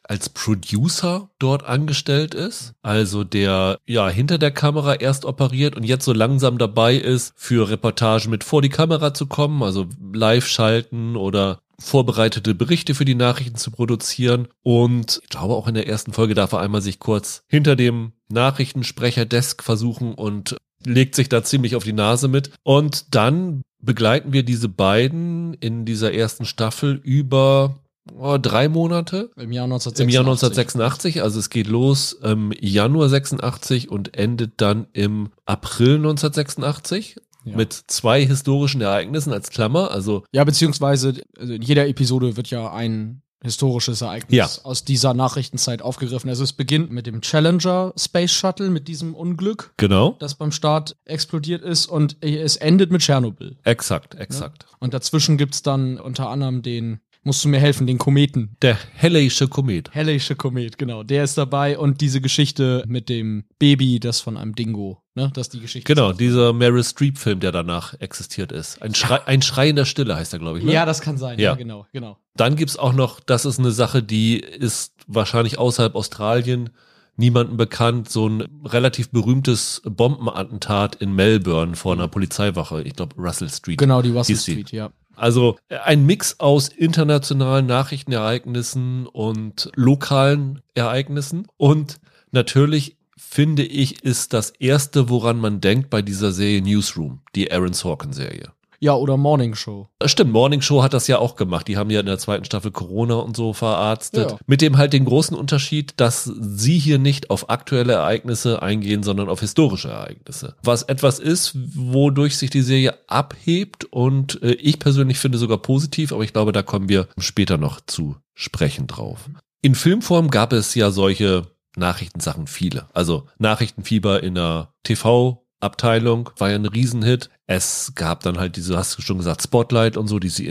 als Producer dort angestellt ist, also der ja hinter der Kamera erst operiert und jetzt so langsam dabei ist, für Reportagen mit vor die Kamera zu kommen, also live schalten oder vorbereitete Berichte für die Nachrichten zu produzieren. Und ich glaube auch in der ersten Folge darf er einmal sich kurz hinter dem Nachrichtensprecherdesk versuchen und legt sich da ziemlich auf die Nase mit. Und dann begleiten wir diese beiden in dieser ersten Staffel über oh, drei Monate. Im Jahr neunzehnhundertsechsundachtzig. Im Jahr neunzehnhundertsechsundachtzig. Also es geht los im Januar sechsundachtzig und endet dann im April neunzehnhundertsechsundachtzig. Ja. Mit zwei historischen Ereignissen als Klammer. Also ja, beziehungsweise also in jeder Episode wird ja ein historisches Ereignis ja. aus dieser Nachrichtenzeit aufgegriffen. Also es beginnt mit dem Challenger Space Shuttle, mit diesem Unglück, genau, das beim Start explodiert ist, und es endet mit Tschernobyl. Exakt, exakt. Ja? Und dazwischen gibt's dann unter anderem den, musst du mir helfen, den Kometen. Der Helleische Komet. Helleische Komet, genau. Der ist dabei, und diese Geschichte mit dem Baby, das von einem Dingo, ne, das ist die Geschichte. Genau, dieser Meryl Streep-Film, der danach existiert ist. Ein Schrei, ein Schrei in der Stille heißt er, glaube ich, ne? Ja, das kann sein, ja, ja genau, genau. Dann gibt's auch noch, das ist eine Sache, die ist wahrscheinlich außerhalb Australien niemandem bekannt, so ein relativ berühmtes Bombenattentat in Melbourne vor einer Polizeiwache, ich glaube Russell Street. Genau, die Russell Street, ja. Also ein Mix aus internationalen Nachrichtenereignissen und lokalen Ereignissen. Und natürlich, finde ich, ist das Erste, woran man denkt bei dieser Serie Newsroom, die Aaron Sorkin-Serie. Ja, oder Morning Show. Stimmt, Morning Show hat das ja auch gemacht. Die haben ja in der zweiten Staffel Corona und so verarztet. Ja. Mit dem halt den großen Unterschied, dass sie hier nicht auf aktuelle Ereignisse eingehen, sondern auf historische Ereignisse. Was etwas ist, wodurch sich die Serie abhebt, und äh, ich persönlich finde sogar positiv, aber ich glaube, da kommen wir später noch zu sprechen drauf. In Filmform gab es ja solche Nachrichtensachen viele. Also Nachrichtenfieber in der T V Abteilung war ja ein Riesenhit. Es gab dann halt diese, hast du schon gesagt, Spotlight und so, diese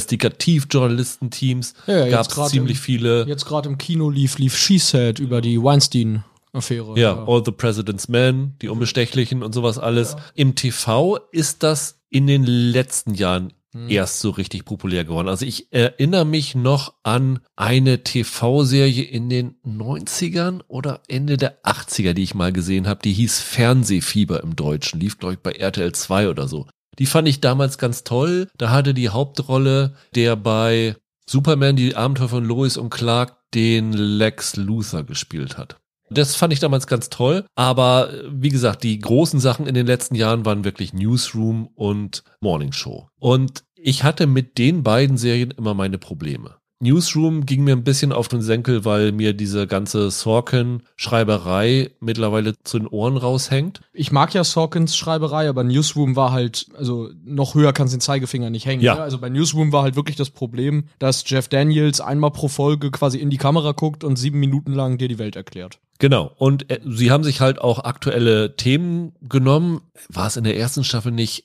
Investigativ-Journalistenteams. Ja, ja, gab es ziemlich im, viele. Jetzt gerade im Kino lief, lief She Said über die Weinstein-Affäre. Ja, ja, All the President's Men, die Unbestechlichen und sowas alles. Ja. Im T V ist das in den letzten Jahren hm. erst so richtig populär geworden. Also ich erinnere mich noch an eine T V-Serie in den neunzigern oder Ende der achtziger, die ich mal gesehen habe. Die hieß Fernsehfieber im Deutschen. Lief, glaube ich, bei R T L zwei oder so. Die fand ich damals ganz toll. Da hatte die Hauptrolle, der bei Superman, die Abenteuer von Lois und Clark, den Lex Luthor gespielt hat. Das fand ich damals ganz toll, aber wie gesagt, die großen Sachen in den letzten Jahren waren wirklich Newsroom und Morning Show. Und ich hatte mit den beiden Serien immer meine Probleme. Newsroom ging mir ein bisschen auf den Senkel, weil mir diese ganze Sorkin-Schreiberei mittlerweile zu den Ohren raushängt. Ich mag ja Sorkins Schreiberei, aber Newsroom war halt, also noch höher kannst den Zeigefinger nicht hängen. Ja. Ne? Also bei Newsroom war halt wirklich das Problem, dass Jeff Daniels einmal pro Folge quasi in die Kamera guckt und sieben Minuten lang dir die Welt erklärt. Genau, und äh, sie haben sich halt auch aktuelle Themen genommen. War es in der ersten Staffel nicht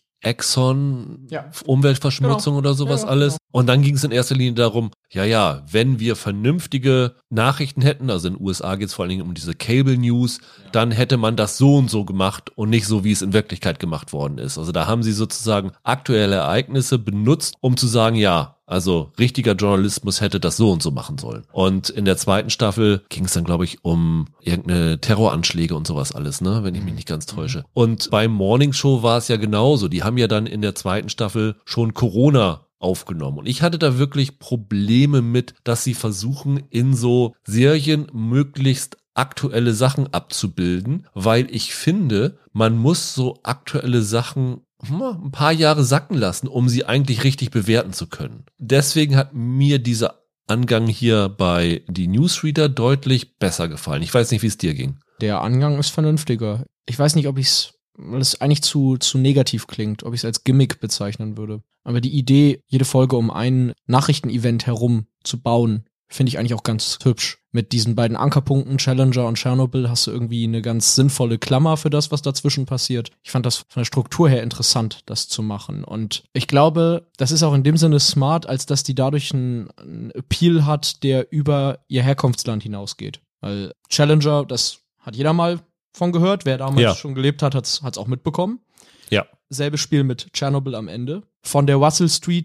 Exxon, ja. Umweltverschmutzung genau. oder sowas ja, alles? Genau. Und dann ging es in erster Linie darum, ja, ja, wenn wir vernünftige Nachrichten hätten, also in den U S A geht es vor allen Dingen um diese Cable News, ja. dann hätte man das so und so gemacht und nicht so, wie es in Wirklichkeit gemacht worden ist. Also da haben sie sozusagen aktuelle Ereignisse benutzt, um zu sagen, ja, also richtiger Journalismus hätte das so und so machen sollen. Und in der zweiten Staffel ging es dann, glaube ich, um irgendeine Terroranschläge und sowas alles, ne, wenn ich mich nicht ganz täusche. Und beim Morning Show war es ja genauso. Die haben ja dann in der zweiten Staffel schon Corona aufgenommen. Und ich hatte da wirklich Probleme mit, dass sie versuchen, in so Serien möglichst aktuelle Sachen abzubilden, weil ich finde, man muss so aktuelle Sachen ein paar Jahre sacken lassen, um sie eigentlich richtig bewerten zu können. Deswegen hat mir dieser Angang hier bei die Newsreader deutlich besser gefallen. Ich weiß nicht, wie es dir ging. Der Angang ist vernünftiger. Ich weiß nicht, ob ich es, weil es eigentlich zu, zu negativ klingt, ob ich es als Gimmick bezeichnen würde. Aber die Idee, jede Folge um ein Nachrichtenevent herum zu bauen, finde ich eigentlich auch ganz hübsch. Mit diesen beiden Ankerpunkten, Challenger und Tschernobyl, hast du irgendwie eine ganz sinnvolle Klammer für das, was dazwischen passiert. Ich fand das von der Struktur her interessant, das zu machen. Und ich glaube, das ist auch in dem Sinne smart, als dass die dadurch einen, einen Appeal hat, der über ihr Herkunftsland hinausgeht. Weil Challenger, das hat jeder mal von gehört. Wer damals ja. schon gelebt hat, hat es auch mitbekommen. Ja. Selbes Spiel mit Tschernobyl am Ende. Von der Russell Street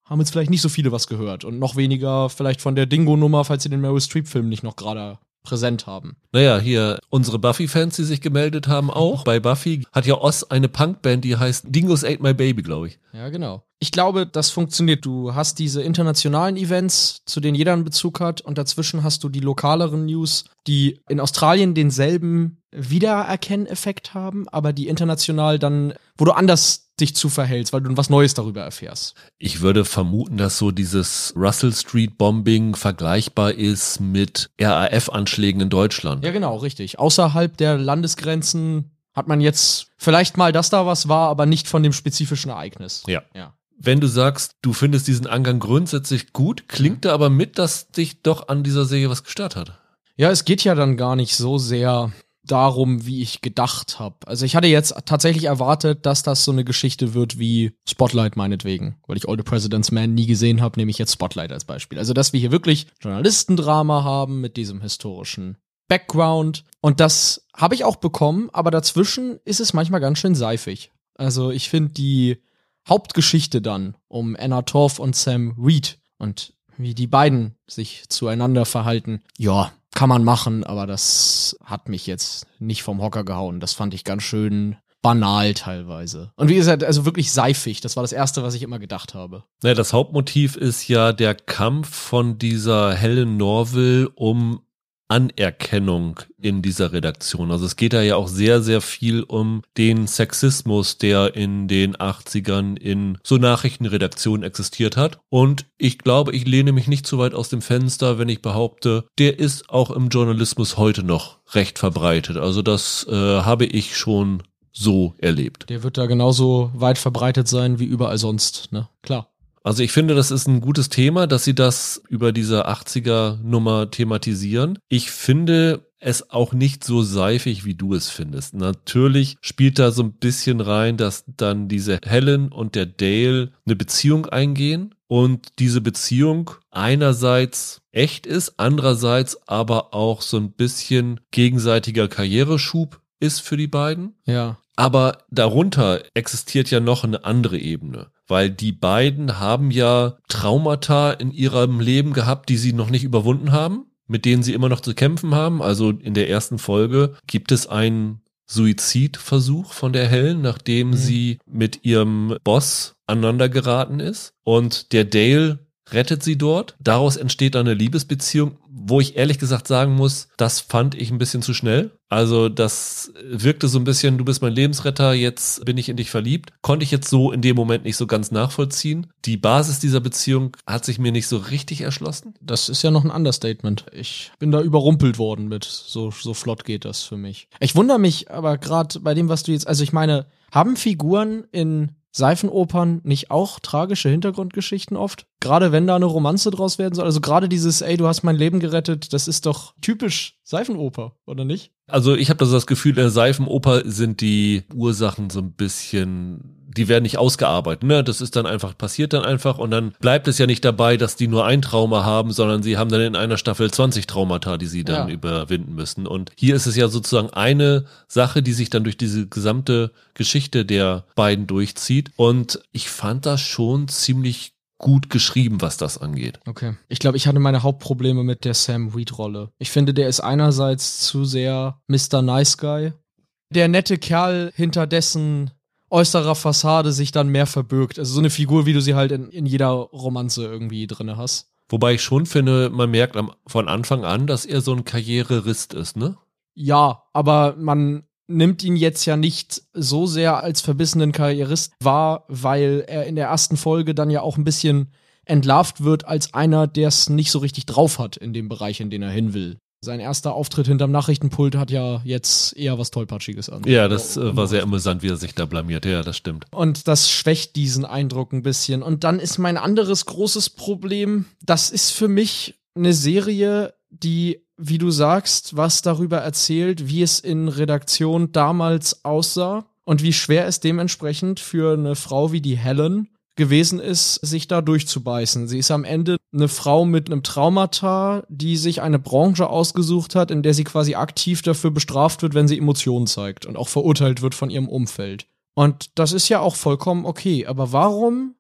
haben jetzt vielleicht nicht so viele was gehört. Und noch weniger vielleicht von der Dingo-Nummer, falls sie den Meryl Streep-Film nicht noch gerade präsent haben. Naja, hier unsere Buffy-Fans, die sich gemeldet haben, auch. Bei Buffy hat ja Oz eine Punkband, die heißt Dingoes Ate My Baby, glaube ich. Ja, genau. Ich glaube, das funktioniert. Du hast diese internationalen Events, zu denen jeder einen Bezug hat, und dazwischen hast du die lokaleren News, die in Australien denselben Wiedererkenneffekt haben, aber die international dann, wo du anders dich zu verhältst, weil du was Neues darüber erfährst. Ich würde vermuten, dass so dieses Russell Street Bombing vergleichbar ist mit R A F-Anschlägen in Deutschland. Ja, genau, richtig. Außerhalb der Landesgrenzen hat man jetzt vielleicht mal, dass da was war, aber nicht von dem spezifischen Ereignis. Ja. Ja. Wenn du sagst, du findest diesen Angang grundsätzlich gut, klingt da aber mit, dass dich doch an dieser Serie was gestört hat. Ja, es geht ja dann gar nicht so sehr darum, wie ich gedacht habe. Also ich hatte jetzt tatsächlich erwartet, dass das so eine Geschichte wird wie Spotlight meinetwegen, weil ich All the President's Man nie gesehen habe, nehme ich jetzt Spotlight als Beispiel. Also dass wir hier wirklich Journalistendrama haben mit diesem historischen Background, und das habe ich auch bekommen, aber dazwischen ist es manchmal ganz schön seifig. Also ich finde die Hauptgeschichte dann um Anna Torv und Sam Reed und wie die beiden sich zueinander verhalten, ja, kann man machen, aber das hat mich jetzt nicht vom Hocker gehauen. Das fand ich ganz schön banal teilweise. Und wie gesagt, also wirklich seifig. Das war das Erste, was ich immer gedacht habe. Naja, das Hauptmotiv ist ja der Kampf von dieser Helen Norville um Anerkennung in dieser Redaktion. Also es geht da ja auch sehr, sehr viel um den Sexismus, der in den achtzigern in so Nachrichtenredaktionen existiert hat. Und ich glaube, ich lehne mich nicht zu weit aus dem Fenster, wenn ich behaupte, der ist auch im Journalismus heute noch recht verbreitet. Also das äh, habe ich schon so erlebt. Der wird da genauso weit verbreitet sein wie überall sonst, ne? Klar. Also ich finde, das ist ein gutes Thema, dass sie das über diese achtziger-Nummer thematisieren. Ich finde es auch nicht so seifig, wie du es findest. Natürlich spielt da so ein bisschen rein, dass dann diese Helen und der Dale eine Beziehung eingehen und diese Beziehung einerseits echt ist, andererseits aber auch so ein bisschen gegenseitiger Karriereschub ist für die beiden. Ja. Aber darunter existiert ja noch eine andere Ebene, weil die beiden haben ja Traumata in ihrem Leben gehabt, die sie noch nicht überwunden haben, mit denen sie immer noch zu kämpfen haben. Also in der ersten Folge gibt es einen Suizidversuch von der Helen, nachdem mhm. sie mit ihrem Boss aneinander geraten ist. Und der Dale rettet sie dort. Daraus entsteht dann eine Liebesbeziehung, wo ich ehrlich gesagt sagen muss, das fand ich ein bisschen zu schnell. Also das wirkte so ein bisschen, du bist mein Lebensretter, jetzt bin ich in dich verliebt. Konnte ich jetzt so in dem Moment nicht so ganz nachvollziehen. Die Basis dieser Beziehung hat sich mir nicht so richtig erschlossen. Das ist ja noch ein Understatement. Ich bin da überrumpelt worden mit, so, so flott geht das für mich. Ich wundere mich aber gerade bei dem, was du jetzt, also ich meine, haben Figuren in Seifenopern nicht auch tragische Hintergrundgeschichten oft? Gerade wenn da eine Romanze draus werden soll? Also gerade dieses, ey, du hast mein Leben gerettet, das ist doch typisch Seifenoper, oder nicht? Also ich habe da so das Gefühl, in der Seifenoper sind die Ursachen so ein bisschen, die werden nicht ausgearbeitet, ne? Das ist dann einfach, passiert dann einfach und dann bleibt es ja nicht dabei, dass die nur ein Trauma haben, sondern sie haben dann in einer Staffel zwanzig Traumata, die sie dann ja. überwinden müssen. Und hier ist es ja sozusagen eine Sache, die sich dann durch diese gesamte Geschichte der beiden durchzieht. Und ich fand das schon ziemlich gut geschrieben, was das angeht. Okay. Ich glaube, ich hatte meine Hauptprobleme mit der Sam Reed-Rolle. Ich finde, der ist einerseits zu sehr Mister Nice Guy. Der nette Kerl, hinter dessen äußerer Fassade sich dann mehr verbirgt. Also so eine Figur, wie du sie halt in, in jeder Romanze irgendwie drinne hast. Wobei ich schon finde, man merkt am, von Anfang an, dass er so ein Karriererist ist, ne? Ja, aber man nimmt ihn jetzt ja nicht so sehr als verbissenen Karrierist wahr, weil er in der ersten Folge dann ja auch ein bisschen entlarvt wird als einer, der es nicht so richtig drauf hat in dem Bereich, in den er hin will. Sein erster Auftritt hinterm Nachrichtenpult hat ja jetzt eher was Tollpatschiges an. Ja, das äh, war sehr amüsant, wie er sich da blamiert. Ja, das stimmt. Und das schwächt diesen Eindruck ein bisschen. Und dann ist mein anderes großes Problem, das ist für mich eine Serie, die, wie du sagst, was darüber erzählt, wie es in Redaktion damals aussah und wie schwer es dementsprechend für eine Frau wie die Helen gewesen ist, sich da durchzubeißen. Sie ist am Ende eine Frau mit einem Traumata, die sich eine Branche ausgesucht hat, in der sie quasi aktiv dafür bestraft wird, wenn sie Emotionen zeigt und auch verurteilt wird von ihrem Umfeld. Und das ist ja auch vollkommen okay. Aber warum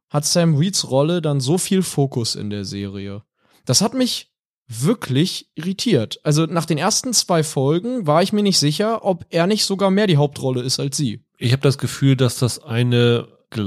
hat Sam Reeds Rolle dann so viel Fokus in der Serie. Das hat mich wirklich irritiert. Also nach den ersten zwei Folgen war ich mir nicht sicher, ob er nicht sogar mehr die Hauptrolle ist als sie. Ich habe das Gefühl, dass das eine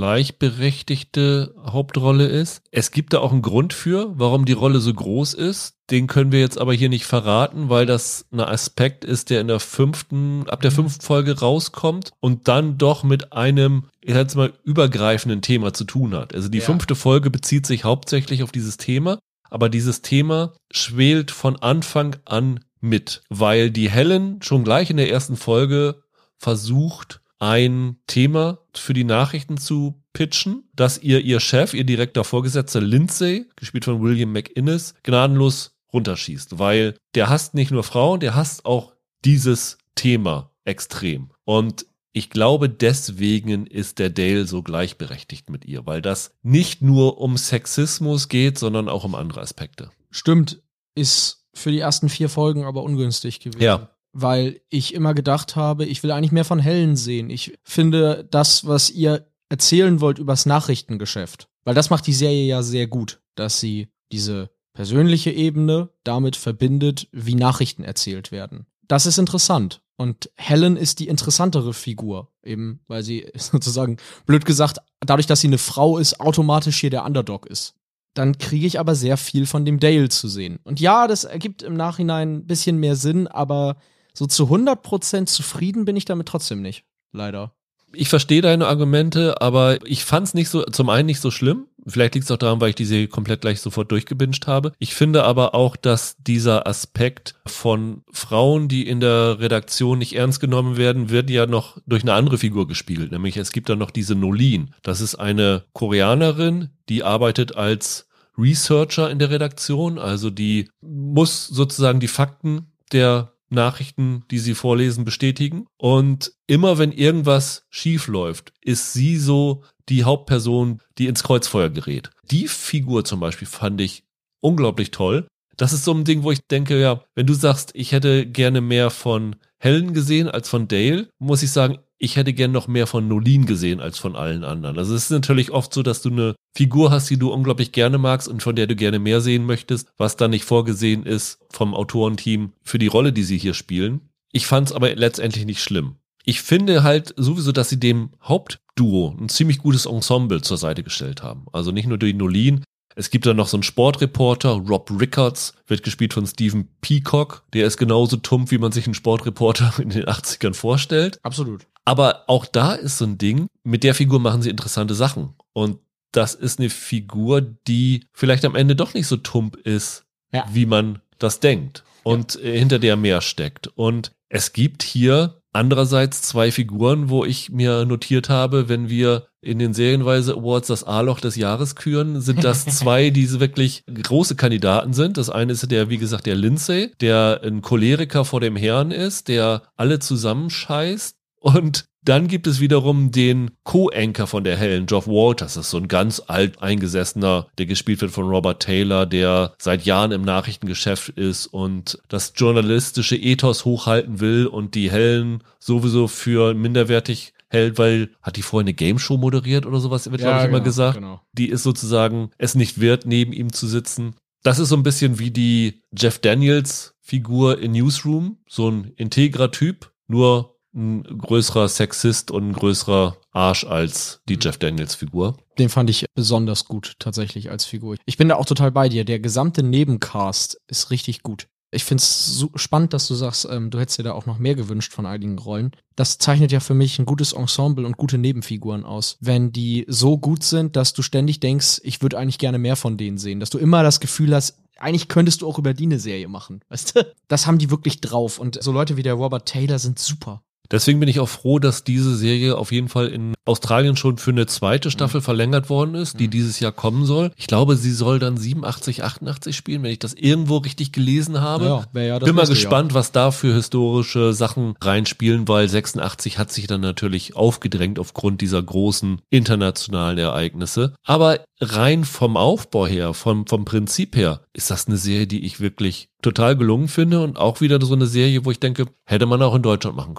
gleichberechtigte Hauptrolle ist. Es gibt da auch einen Grund für, warum die Rolle so groß ist. Den können wir jetzt aber hier nicht verraten, weil das ein Aspekt ist, der in der fünften, ab der fünften Folge rauskommt und dann doch mit einem, ich sag jetzt mal, übergreifenden Thema zu tun hat. Also die ja. fünfte Folge bezieht sich hauptsächlich auf dieses Thema, aber dieses Thema schwelt von Anfang an mit, weil die Helen schon gleich in der ersten Folge versucht, ein Thema für die Nachrichten zu pitchen, dass ihr ihr Chef, ihr direkter Vorgesetzter Lindsay, gespielt von William McInnes, gnadenlos runterschießt, weil der hasst nicht nur Frauen, der hasst auch dieses Thema extrem. Und ich glaube, deswegen ist der Dale so gleichberechtigt mit ihr, weil das nicht nur um Sexismus geht, sondern auch um andere Aspekte. Stimmt, ist für die ersten vier Folgen aber ungünstig gewesen. Ja. Weil ich immer gedacht habe, ich will eigentlich mehr von Helen sehen. Ich finde das, was ihr erzählen wollt übers Nachrichtengeschäft, weil das macht die Serie ja sehr gut, dass sie diese persönliche Ebene damit verbindet, wie Nachrichten erzählt werden. Das ist interessant. Und Helen ist die interessantere Figur, eben weil sie sozusagen, blöd gesagt, dadurch, dass sie eine Frau ist, automatisch hier der Underdog ist. Dann kriege ich aber sehr viel von dem Dale zu sehen. Und ja, das ergibt im Nachhinein ein bisschen mehr Sinn, aber so zu hundert Prozent zufrieden bin ich damit trotzdem nicht, leider. Ich verstehe deine Argumente, aber ich fand es nicht so, zum einen nicht so schlimm. Vielleicht liegt es auch daran, weil ich die Serie komplett gleich sofort durchgebinged habe. Ich finde aber auch, dass dieser Aspekt von Frauen, die in der Redaktion nicht ernst genommen werden, wird ja noch durch eine andere Figur gespiegelt. Nämlich es gibt da noch diese Nolene. Das ist eine Koreanerin, die arbeitet als Researcher in der Redaktion. Also die muss sozusagen die Fakten der Nachrichten, die sie vorlesen, bestätigen. Und immer wenn irgendwas schief läuft, ist sie so die Hauptperson, die ins Kreuzfeuer gerät. Die Figur zum Beispiel fand ich unglaublich toll. Das ist so ein Ding, wo ich denke, ja, wenn du sagst, ich hätte gerne mehr von Helen gesehen als von Dale, muss ich sagen, ich hätte gerne noch mehr von Nolene gesehen als von allen anderen. Also es ist natürlich oft so, dass du eine Figur hast, die du unglaublich gerne magst und von der du gerne mehr sehen möchtest, was dann nicht vorgesehen ist vom Autorenteam für die Rolle, die sie hier spielen. Ich fand es aber letztendlich nicht schlimm. Ich finde halt sowieso, dass sie dem Hauptduo ein ziemlich gutes Ensemble zur Seite gestellt haben. Also nicht nur die Nolene. Es gibt da noch so einen Sportreporter, Rob Rickards, wird gespielt von Stephen Peacock. Der ist genauso tump, wie man sich einen Sportreporter in den achtzigern vorstellt. Absolut. Aber auch da ist so ein Ding, mit der Figur machen sie interessante Sachen. Und das ist eine Figur, die vielleicht am Ende doch nicht so tump ist, ja, wie man das denkt. Und ja, hinter der mehr steckt. Und es gibt hier andererseits zwei Figuren, wo ich mir notiert habe, wenn wir in den Serienweise Awards das A-Loch des Jahres küren, sind das zwei, die wirklich große Kandidaten sind. Das eine ist der, wie gesagt, der Lindsay, der ein Choleriker vor dem Herrn ist, der alle zusammenscheißt. Und dann gibt es wiederum den Co-Anchor von der Helen, Geoff Walters. Das ist so ein ganz alt eingesessener, der gespielt wird von Robert Taylor, der seit Jahren im Nachrichtengeschäft ist und das journalistische Ethos hochhalten will und die Helen sowieso für minderwertig hält, weil, hat die vorher eine Game-Show moderiert oder sowas, wird, ja, glaube ich, genau, immer gesagt. Genau. Die ist sozusagen es nicht wert, neben ihm zu sitzen. Das ist so ein bisschen wie die Jeff Daniels-Figur in Newsroom, so ein integrer Typ, nur ein größerer Sexist und ein größerer Arsch als die Jeff Daniels-Figur. Den fand ich besonders gut, tatsächlich, als Figur. Ich bin da auch total bei dir. Der gesamte Nebencast ist richtig gut. Ich find's so spannend, dass du sagst, ähm, du hättest dir da auch noch mehr gewünscht von einigen Rollen. Das zeichnet ja für mich ein gutes Ensemble und gute Nebenfiguren aus. Wenn die so gut sind, dass du ständig denkst, ich würde eigentlich gerne mehr von denen sehen. Dass du immer das Gefühl hast, eigentlich könntest du auch über die eine Serie machen. Weißt du? Das haben die wirklich drauf. Und so Leute wie der Robert Taylor sind super. Deswegen bin ich auch froh, dass diese Serie auf jeden Fall in Australien schon für eine zweite Staffel mhm. verlängert worden ist, die mhm. dieses Jahr kommen soll. Ich glaube, sie soll dann siebenundachtzig, achtundachtzig spielen, wenn ich das irgendwo richtig gelesen habe. Ja, wär ja das bin mal gespannt, ja, was da für historische Sachen reinspielen, weil sechsundachtzig hat sich dann natürlich aufgedrängt aufgrund dieser großen internationalen Ereignisse. Aber rein vom Aufbau her, vom, vom Prinzip her, ist das eine Serie, die ich wirklich total gelungen finde und auch wieder so eine Serie, wo ich denke, hätte man auch in Deutschland machen können.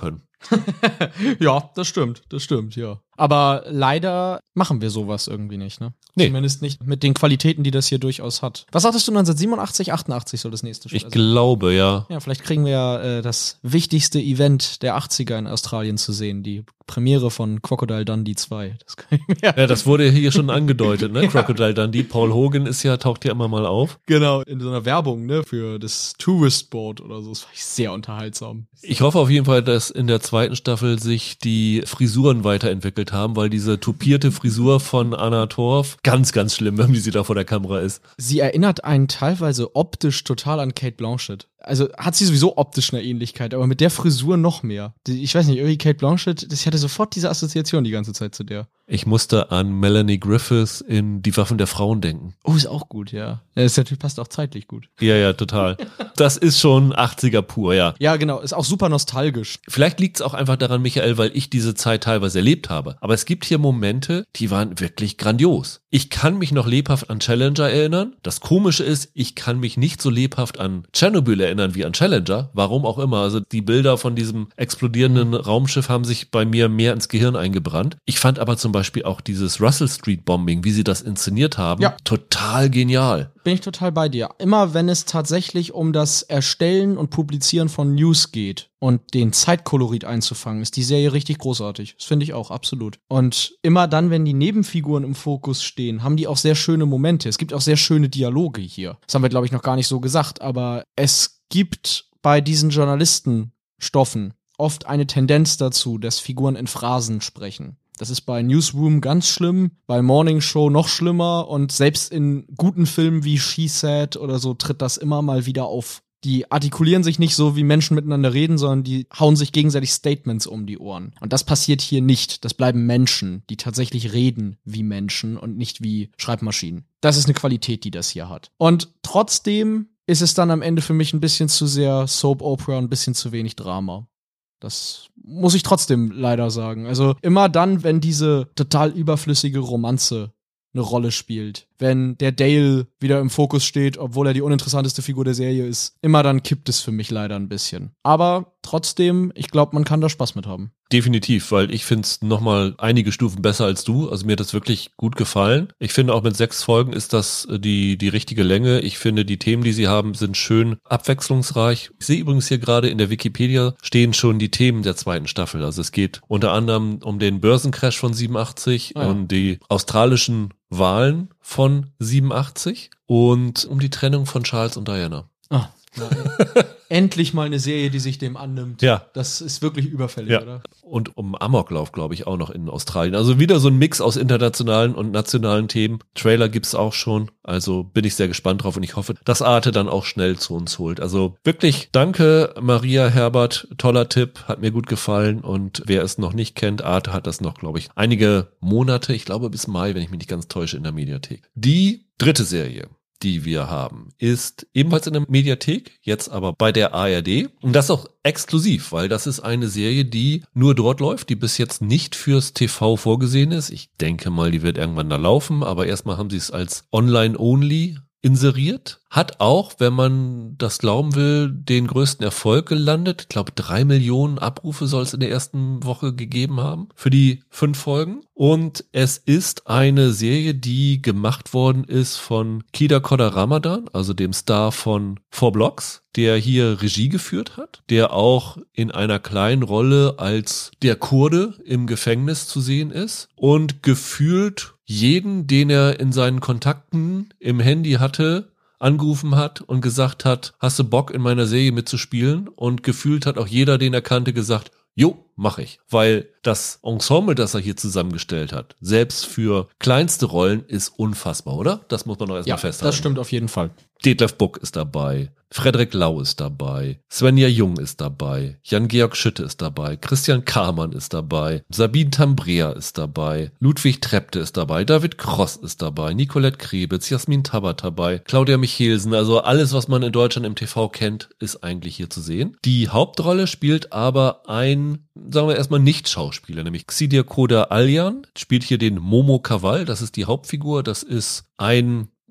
Ja, das stimmt, das stimmt, ja. Aber leider machen wir sowas irgendwie nicht, ne? Nee. Zumindest nicht mit den Qualitäten, die das hier durchaus hat. Was sagtest du, neunzehnhundertsiebenundachtzig, achtundachtzig soll das nächste Spiel Ich glaube, ja. Ja, vielleicht kriegen wir ja äh, das wichtigste Event der achtziger in Australien zu sehen, die Premiere von Crocodile Dundee zwei. Das kriegen wir. Ja, das wurde hier schon angedeutet, ne? Crocodile Dundee. Paul Hogan ist ja, taucht ja immer mal auf. Genau, in so einer Werbung, ne, für das Tourist Board oder so. Das fand ich sehr unterhaltsam. Ich hoffe auf jeden Fall, dass in der zweiten Staffel sich die Frisuren weiterentwickelt haben, weil diese tupierte Frisur von Anna Torv ganz, ganz schlimm, wenn sie da vor der Kamera ist. Sie erinnert einen teilweise optisch total an Kate Blanchett. Also hat sie sowieso optisch eine Ähnlichkeit, aber mit der Frisur noch mehr. Die, ich weiß nicht, irgendwie Kate Blanchett, das, ich hatte sofort diese Assoziation die ganze Zeit zu der. Ich musste an Melanie Griffiths in Die Waffen der Frauen denken. Oh, ist auch gut, ja. Das natürlich passt auch zeitlich gut. Ja, ja, total. Das ist schon achtziger pur, ja. Ja, genau, ist auch super nostalgisch. Vielleicht liegt es auch einfach daran, Michael, weil ich diese Zeit teilweise erlebt habe. Aber es gibt hier Momente, die waren wirklich grandios. Ich kann mich noch lebhaft an Challenger erinnern. Das Komische ist, ich kann mich nicht so lebhaft an Tschernobyl erinnern wie an Challenger. Warum auch immer. Also die Bilder von diesem explodierenden Raumschiff haben sich bei mir mehr ins Gehirn eingebrannt. Ich fand aber zum Beispiel auch dieses Russell Street Bombing, wie sie das inszeniert haben, ja. total genial. Bin ich total bei dir. Immer wenn es tatsächlich um das Erstellen und Publizieren von News geht und den Zeitkolorit einzufangen, ist die Serie richtig großartig. Das finde ich auch, absolut. Und immer dann, wenn die Nebenfiguren im Fokus stehen, haben die auch sehr schöne Momente. Es gibt auch sehr schöne Dialoge hier. Das haben wir, glaube ich, noch gar nicht so gesagt, aber es gibt bei diesen Journalistenstoffen oft eine Tendenz dazu, dass Figuren in Phrasen sprechen. Das ist bei Newsroom ganz schlimm, bei Morning Show noch schlimmer und selbst in guten Filmen wie She Said oder so tritt das immer mal wieder auf. Die artikulieren sich nicht so, wie Menschen miteinander reden, sondern die hauen sich gegenseitig Statements um die Ohren. Und das passiert hier nicht. Das bleiben Menschen, die tatsächlich reden wie Menschen und nicht wie Schreibmaschinen. Das ist eine Qualität, die das hier hat. Und trotzdem ist es dann am Ende für mich ein bisschen zu sehr Soap Opera und ein bisschen zu wenig Drama. Das muss ich trotzdem leider sagen. Also immer dann, wenn diese total überflüssige Romanze eine Rolle spielt, wenn der Dale wieder im Fokus steht, obwohl er die uninteressanteste Figur der Serie ist, immer dann kippt es für mich leider ein bisschen. Aber trotzdem, ich glaube, man kann da Spaß mit haben. Definitiv, weil ich finde es nochmal einige Stufen besser als du. Also mir hat das wirklich gut gefallen. Ich finde auch mit sechs Folgen ist das die die richtige Länge. Ich finde, die Themen, die sie haben, sind schön abwechslungsreich. Ich sehe übrigens hier gerade in der Wikipedia stehen schon die Themen der zweiten Staffel. Also es geht unter anderem um den Börsencrash von siebenundachtzig, ah ja. um die australischen Wahlen von siebenundachtzig und um die Trennung von Charles und Diana. Ah. Endlich mal eine Serie, die sich dem annimmt. Ja. Das ist wirklich überfällig, ja. oder? Und um Amoklauf, glaube ich, auch noch in Australien. Also wieder so ein Mix aus internationalen und nationalen Themen. Trailer gibt's auch schon. Also bin ich sehr gespannt drauf und ich hoffe, dass Arte dann auch schnell zu uns holt. Also wirklich danke, Maria Herbert. Toller Tipp, hat mir gut gefallen. Und wer es noch nicht kennt, Arte hat das noch, glaube ich, einige Monate, ich glaube bis Mai, wenn ich mich nicht ganz täusche, in der Mediathek. Die dritte Serie, die wir haben, ist ebenfalls in der Mediathek, jetzt aber bei der A R D. Und das auch exklusiv, weil das ist eine Serie, die nur dort läuft, die bis jetzt nicht fürs T V vorgesehen ist. Ich denke mal, die wird irgendwann da laufen, aber erstmal haben sie es als Online-Only inseriert. Hat auch, wenn man das glauben will, den größten Erfolg gelandet. Ich glaube, drei Millionen Abrufe soll es in der ersten Woche gegeben haben für die fünf Folgen. Und es ist eine Serie, die gemacht worden ist von Kida Kodda Ramadan, also dem Star von Four Blocks, der hier Regie geführt hat, der auch in einer kleinen Rolle als der Kurde im Gefängnis zu sehen ist und gefühlt jeden, den er in seinen Kontakten im Handy hatte, angerufen hat und gesagt hat, hast du Bock in meiner Serie mitzuspielen? Und gefühlt hat auch jeder, den er kannte, gesagt, jo, mach ich. Weil das Ensemble, das er hier zusammengestellt hat, selbst für kleinste Rollen, ist unfassbar, oder? Das muss man doch erstmal ja, festhalten. Das stimmt auf jeden Fall. Detlef Buck ist dabei, Frederik Lau ist dabei, Svenja Jung ist dabei, Jan-Georg Schütte ist dabei, Christian Kamann ist dabei, Sabine Tambrea ist dabei, Ludwig Trepte ist dabei, David Cross ist dabei, Nicolette Krebitz, Jasmin Tabat dabei, Claudia Michelsen, also alles, was man in Deutschland im T V kennt, ist eigentlich hier zu sehen. Die Hauptrolle spielt aber ein, sagen wir erstmal Nicht-Schauspieler, nämlich Xidia Koda Alyan, spielt hier den Momo Kawal, das ist die Hauptfigur, das ist ein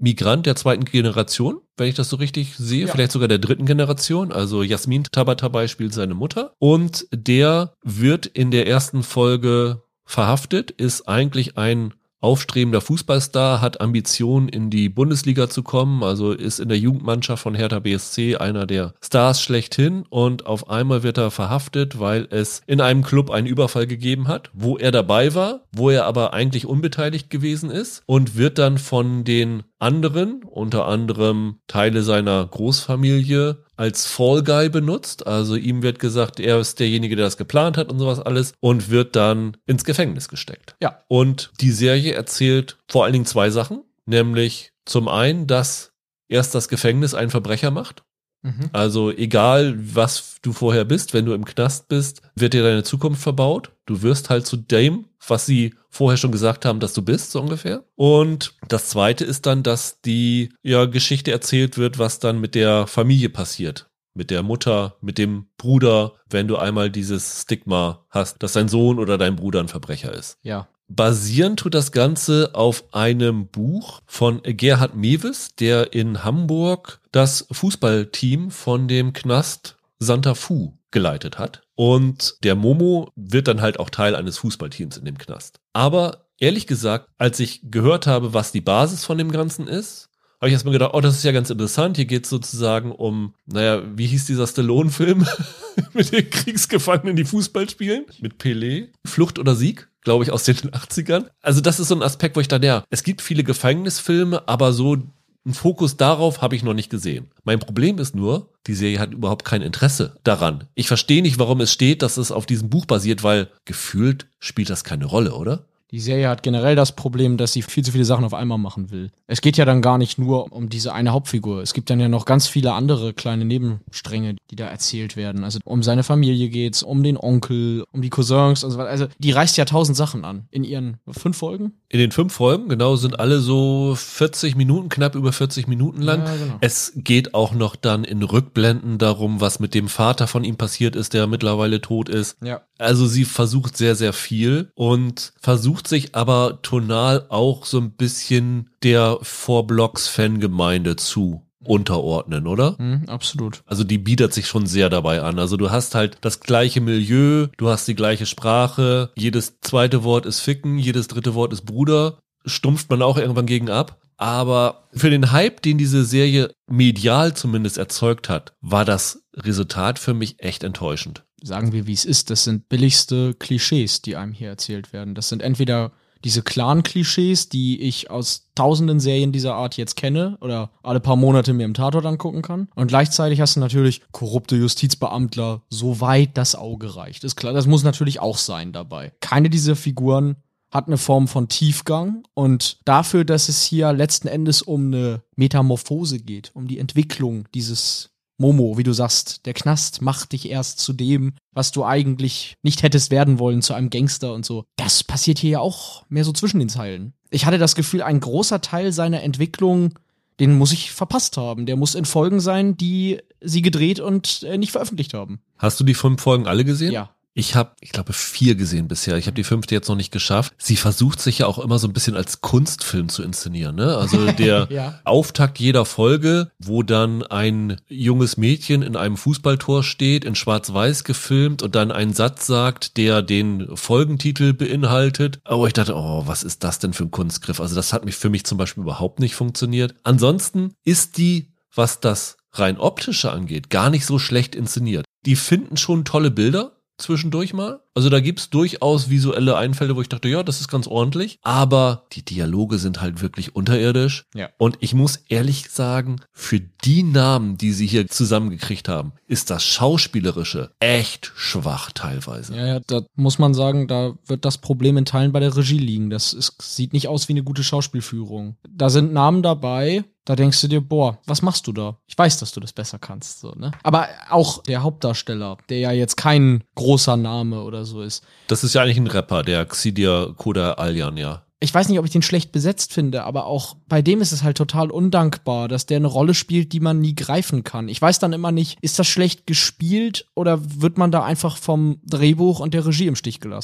Migrant der zweiten Generation, wenn ich das so richtig sehe, ja. Vielleicht sogar der dritten Generation. Also Jasmin Tabatabai spielt seine Mutter und der wird in der ersten Folge verhaftet, ist eigentlich ein aufstrebender Fußballstar, hat Ambitionen in die Bundesliga zu kommen, also ist in der Jugendmannschaft von Hertha B S C einer der Stars schlechthin und auf einmal wird er verhaftet, weil es in einem Club einen Überfall gegeben hat, wo er dabei war, wo er aber eigentlich unbeteiligt gewesen ist und wird dann von den anderen, unter anderem Teile seiner Großfamilie, als Fall Guy benutzt. Also ihm wird gesagt, er ist derjenige, der das geplant hat und sowas alles und wird dann ins Gefängnis gesteckt. Ja. Und die Serie erzählt vor allen Dingen zwei Sachen, nämlich zum einen, dass erst das Gefängnis einen Verbrecher macht. Mhm. Also egal, was du vorher bist, wenn du im Knast bist, wird dir deine Zukunft verbaut. Du wirst halt zu dem, was sie vorher schon gesagt haben, dass du bist, so ungefähr. Und das Zweite ist dann, dass die ja, Geschichte erzählt wird, was dann mit der Familie passiert. Mit der Mutter, mit dem Bruder, wenn du einmal dieses Stigma hast, dass dein Sohn oder dein Bruder ein Verbrecher ist. Ja. Basieren tut das Ganze auf einem Buch von Gerhard Mewes, der in Hamburg das Fußballteam von dem Knast Santa Fu geleitet hat. Und der Momo wird dann halt auch Teil eines Fußballteams in dem Knast. Aber ehrlich gesagt, als ich gehört habe, was die Basis von dem Ganzen ist, habe ich erstmal gedacht, oh, das ist ja ganz interessant. Hier geht es sozusagen um, naja, wie hieß dieser Stallone-Film mit den Kriegsgefangenen, die Fußball spielen? Mit Pelé. Flucht oder Sieg, glaube ich, aus den achtzigern. Also das ist so ein Aspekt, wo ich dachte, ja, es gibt viele Gefängnisfilme, aber so einen Fokus darauf habe ich noch nicht gesehen. Mein Problem ist nur, die Serie hat überhaupt kein Interesse daran. Ich verstehe nicht, warum es steht, dass es auf diesem Buch basiert, weil gefühlt spielt das keine Rolle, oder? Die Serie hat generell das Problem, dass sie viel zu viele Sachen auf einmal machen will. Es geht ja dann gar nicht nur um diese eine Hauptfigur. Es gibt dann ja noch ganz viele andere kleine Nebenstränge, die da erzählt werden. Also um seine Familie geht's, um den Onkel, um die Cousins und so weiter. Also die reißt ja tausend Sachen an in ihren fünf Folgen. In den fünf Folgen, genau, sind alle so vierzig Minuten, knapp über vierzig Minuten lang. Ja, genau. Es geht auch noch dann in Rückblenden darum, was mit dem Vater von ihm passiert ist, der mittlerweile tot ist. Ja. Also sie versucht sehr, sehr viel und versucht sich aber tonal auch so ein bisschen der Four-Blocks-Fangemeinde zu unterordnen, oder? Mhm, absolut. Also die bietet sich schon sehr dabei an. Also du hast halt das gleiche Milieu, du hast die gleiche Sprache, jedes zweite Wort ist Ficken, jedes dritte Wort ist Bruder, stumpft man auch irgendwann gegen ab. Aber für den Hype, den diese Serie medial zumindest erzeugt hat, war das Resultat für mich echt enttäuschend. Sagen wir, wie es ist, das sind billigste Klischees, die einem hier erzählt werden. Das sind entweder diese Clan-Klischees, die ich aus tausenden Serien dieser Art jetzt kenne oder alle paar Monate mir im Tatort angucken kann. Und gleichzeitig hast du natürlich korrupte Justizbeamtler, soweit das Auge reicht. Ist klar, das muss natürlich auch sein dabei. Keine dieser Figuren hat eine Form von Tiefgang und dafür, dass es hier letzten Endes um eine Metamorphose geht, um die Entwicklung dieses Momo, wie du sagst, der Knast macht dich erst zu dem, was du eigentlich nicht hättest werden wollen, zu einem Gangster und so. Das passiert hier ja auch mehr so zwischen den Zeilen. Ich hatte das Gefühl, ein großer Teil seiner Entwicklung, den muss ich verpasst haben. Der muss in Folgen sein, die sie gedreht und äh, nicht veröffentlicht haben. Hast du die fünf Folgen alle gesehen? Ja. Ich habe, ich glaube, vier gesehen bisher. Ich habe die fünfte jetzt noch nicht geschafft. Sie versucht sich ja auch immer so ein bisschen als Kunstfilm zu inszenieren, ne? Also der ja. Auftakt jeder Folge, wo dann ein junges Mädchen in einem Fußballtor steht, in Schwarz-Weiß gefilmt und dann einen Satz sagt, der den Folgentitel beinhaltet. Aber ich dachte, oh, was ist das denn für ein Kunstgriff? Also das hat mich für mich zum Beispiel überhaupt nicht funktioniert. Ansonsten ist die, was das rein optische angeht, gar nicht so schlecht inszeniert. Die finden schon tolle Bilder zwischendurch mal. Also da gibt's durchaus visuelle Einfälle, wo ich dachte, ja, das ist ganz ordentlich. Aber die Dialoge sind halt wirklich unterirdisch. Ja. Und ich muss ehrlich sagen, für die Namen, die sie hier zusammengekriegt haben, ist das Schauspielerische echt schwach teilweise. Ja, ja, da muss man sagen, da wird das Problem in Teilen bei der Regie liegen. Das ist, sieht nicht aus wie eine gute Schauspielführung. Da sind Namen dabei, da denkst du dir, boah, was machst du da? Ich weiß, dass du das besser kannst, so, ne? Aber auch der Hauptdarsteller, der ja jetzt kein großer Name oder so ist. Das ist ja eigentlich ein Rapper, der Xidia Koda Alyan, ja. Ich weiß nicht, ob ich den schlecht besetzt finde, aber auch bei dem ist es halt total undankbar, dass der eine Rolle spielt, die man nie greifen kann. Ich weiß dann immer nicht, ist das schlecht gespielt oder wird man da einfach vom Drehbuch und der Regie im Stich gelassen?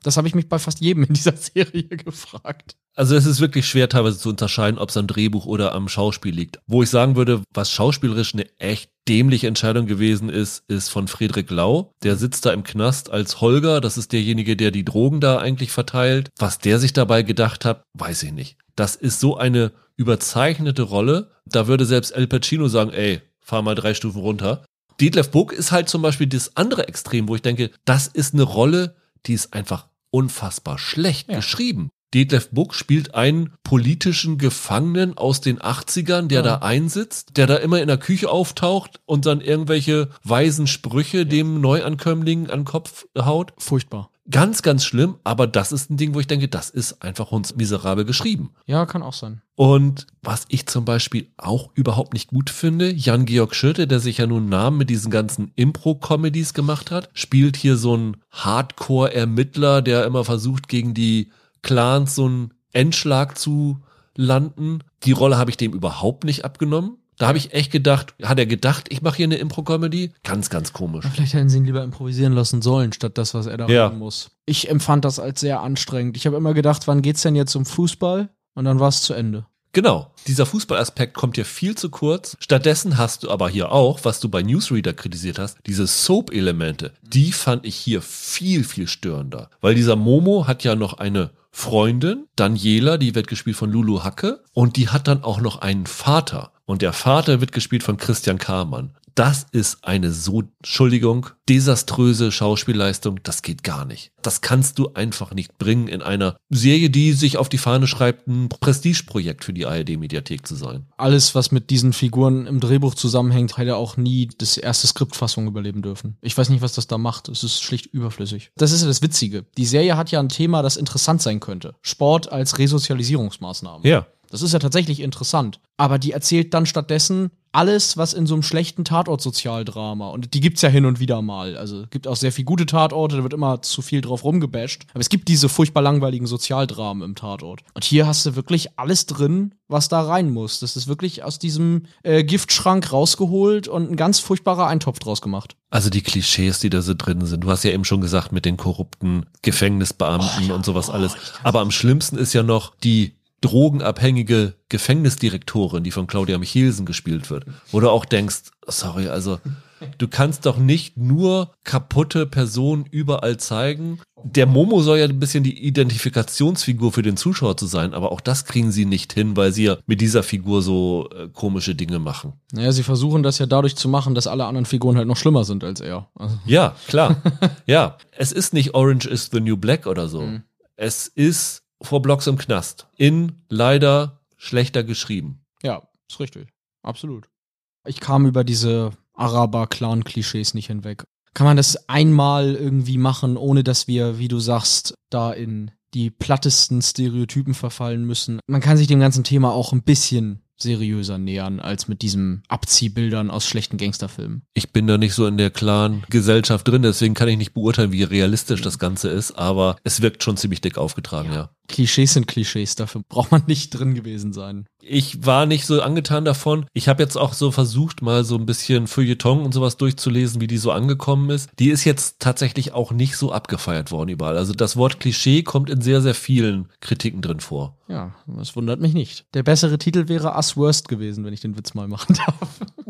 Das habe ich mich bei fast jedem in dieser Serie gefragt. Also es ist wirklich schwer teilweise zu unterscheiden, ob es am Drehbuch oder am Schauspiel liegt. Wo ich sagen würde, was schauspielerisch eine echt dämliche Entscheidung gewesen ist, ist von Friedrich Lau. Der sitzt da im Knast als Holger, das ist derjenige, der die Drogen da eigentlich verteilt. Was der sich dabei gedacht hat, weiß ich nicht. Das ist so eine überzeichnete Rolle, da würde selbst Al Pacino sagen, ey, fahr mal drei Stufen runter. Detlef Buck ist halt zum Beispiel das andere Extrem, wo ich denke, das ist eine Rolle, die ist einfach unfassbar schlecht ja. geschrieben. Detlef Buck spielt einen politischen Gefangenen aus den achtzigern, der ja. da einsitzt, der da immer in der Küche auftaucht und dann irgendwelche weisen Sprüche ja. dem Neuankömmling an den Kopf haut. Furchtbar. Ganz, ganz schlimm, aber das ist ein Ding, wo ich denke, das ist einfach hundsmiserabel geschrieben. Ja, kann auch sein. Und was ich zum Beispiel auch überhaupt nicht gut finde, Jan-Georg Schürte, der sich ja nun Namen mit diesen ganzen Impro-Comedies gemacht hat, spielt hier so einen Hardcore-Ermittler, der immer versucht, gegen die Clans so einen Endschlag zu landen. Die Rolle habe ich dem überhaupt nicht abgenommen. Da habe ich echt gedacht, hat er gedacht, ich mache hier eine Impro-Comedy? Ganz, ganz komisch. Vielleicht hätten sie ihn lieber improvisieren lassen sollen, statt das, was er da ja. machen muss. Ich empfand das als sehr anstrengend. Ich habe immer gedacht, wann geht's denn jetzt um Fußball? Und dann war es zu Ende. Genau, dieser Fußballaspekt kommt hier viel zu kurz. Stattdessen hast du aber hier auch, was du bei Newsreader kritisiert hast, diese Soap-Elemente. Die fand ich hier viel, viel störender. Weil dieser Momo hat ja noch eine Freundin, Daniela, die wird gespielt von Lulu Hacke. Und die hat dann auch noch einen Vater. Und der Vater wird gespielt von Christian Kamann. Das ist eine so, Entschuldigung, desaströse Schauspielleistung, das geht gar nicht. Das kannst du einfach nicht bringen in einer Serie, die sich auf die Fahne schreibt, ein Prestigeprojekt für die A R D-Mediathek zu sein. Alles, was mit diesen Figuren im Drehbuch zusammenhängt, hätte auch nie das erste Skriptfassung überleben dürfen. Ich weiß nicht, was das da macht. Es ist schlicht überflüssig. Das ist ja das Witzige. Die Serie hat ja ein Thema, das interessant sein könnte. Sport als Resozialisierungsmaßnahme. Ja. Das ist ja tatsächlich interessant. Aber die erzählt dann stattdessen alles, was in so einem schlechten Tatort-Sozialdrama, und die gibt's ja hin und wieder mal, also es gibt auch sehr viel gute Tatorte, da wird immer zu viel drauf rumgebasht, aber es gibt diese furchtbar langweiligen Sozialdramen im Tatort. Und hier hast du wirklich alles drin, was da rein muss. Das ist wirklich aus diesem äh, Giftschrank rausgeholt und ein ganz furchtbarer Eintopf draus gemacht. Also die Klischees, die da so drin sind. Du hast ja eben schon gesagt, mit den korrupten Gefängnisbeamten oh, ja. und sowas oh, alles. Aber am schlimmsten ist ja noch die drogenabhängige Gefängnisdirektorin, die von Claudia Michelsen gespielt wird, wo du auch denkst, sorry, also du kannst doch nicht nur kaputte Personen überall zeigen. Der Momo soll ja ein bisschen die Identifikationsfigur für den Zuschauer zu sein, aber auch das kriegen sie nicht hin, weil sie ja mit dieser Figur so äh, komische Dinge machen. Naja, sie versuchen das ja dadurch zu machen, dass alle anderen Figuren halt noch schlimmer sind als er. Also. Ja, klar. Ja, es ist nicht Orange is the New Black oder so. Mhm. Es ist Four Blocks im Knast. In leider schlechter geschrieben. Ja, ist richtig. Absolut. Ich kam über diese Araber-Clan-Klischees nicht hinweg. Kann man das einmal irgendwie machen, ohne dass wir, wie du sagst, da in die plattesten Stereotypen verfallen müssen? Man kann sich dem ganzen Thema auch ein bisschen seriöser nähern, als mit diesen Abziehbildern aus schlechten Gangsterfilmen. Ich bin da nicht so in der klaren Gesellschaft drin, deswegen kann ich nicht beurteilen, wie realistisch das Ganze ist, aber es wirkt schon ziemlich dick aufgetragen, ja. ja. Klischees sind Klischees, dafür braucht man nicht drin gewesen sein. Ich war nicht so angetan davon. Ich habe jetzt auch so versucht, mal so ein bisschen Feuilleton und sowas durchzulesen, wie die so angekommen ist. Die ist jetzt tatsächlich auch nicht so abgefeiert worden überall. Also das Wort Klischee kommt in sehr, sehr vielen Kritiken drin vor. Ja, das wundert mich nicht. Der bessere Titel wäre Us Worst gewesen, wenn ich den Witz mal machen darf.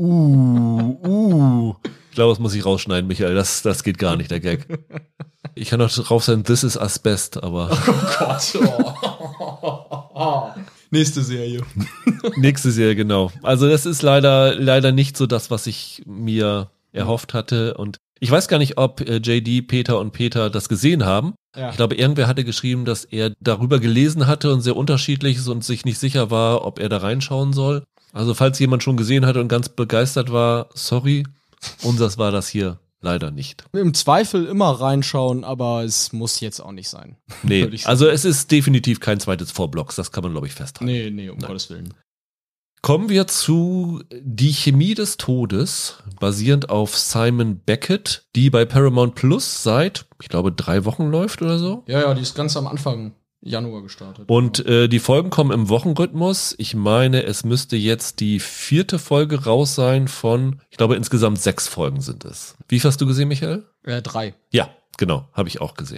Uh, uh. Ich glaube, das muss ich rausschneiden, Michael. Das, das geht gar nicht, der Gag. Ich kann noch drauf sein, This is Asbest, aber... Oh Gott. Oh. Nächste Serie. Nächste Serie, genau. Also das ist leider, leider nicht so das, was ich mir erhofft hatte. Und ich weiß gar nicht, ob äh, J D, Peter und Peter das gesehen haben. Ja. Ich glaube, irgendwer hatte geschrieben, dass er darüber gelesen hatte und sehr unterschiedlich ist und sich nicht sicher war, ob er da reinschauen soll. Also falls jemand schon gesehen hatte und ganz begeistert war, sorry, unseres war das hier leider nicht. Im Zweifel immer reinschauen, aber es muss jetzt auch nicht sein. Nee, also es ist definitiv kein zweites Four Blocks, das kann man, glaube ich, festhalten. Nee, nee, um Nein. Gottes Willen. Kommen wir zu Die Chemie des Todes, basierend auf Simon Beckett, die bei Paramount Plus seit, ich glaube, drei Wochen läuft oder so. Ja, ja, die ist ganz am Anfang Januar gestartet. Und äh, die Folgen kommen im Wochenrhythmus. Ich meine, es müsste jetzt die vierte Folge raus sein von, ich glaube, insgesamt sechs Folgen sind es. Wie viel hast du gesehen, Michael? Äh, drei. Ja, genau, habe ich auch gesehen.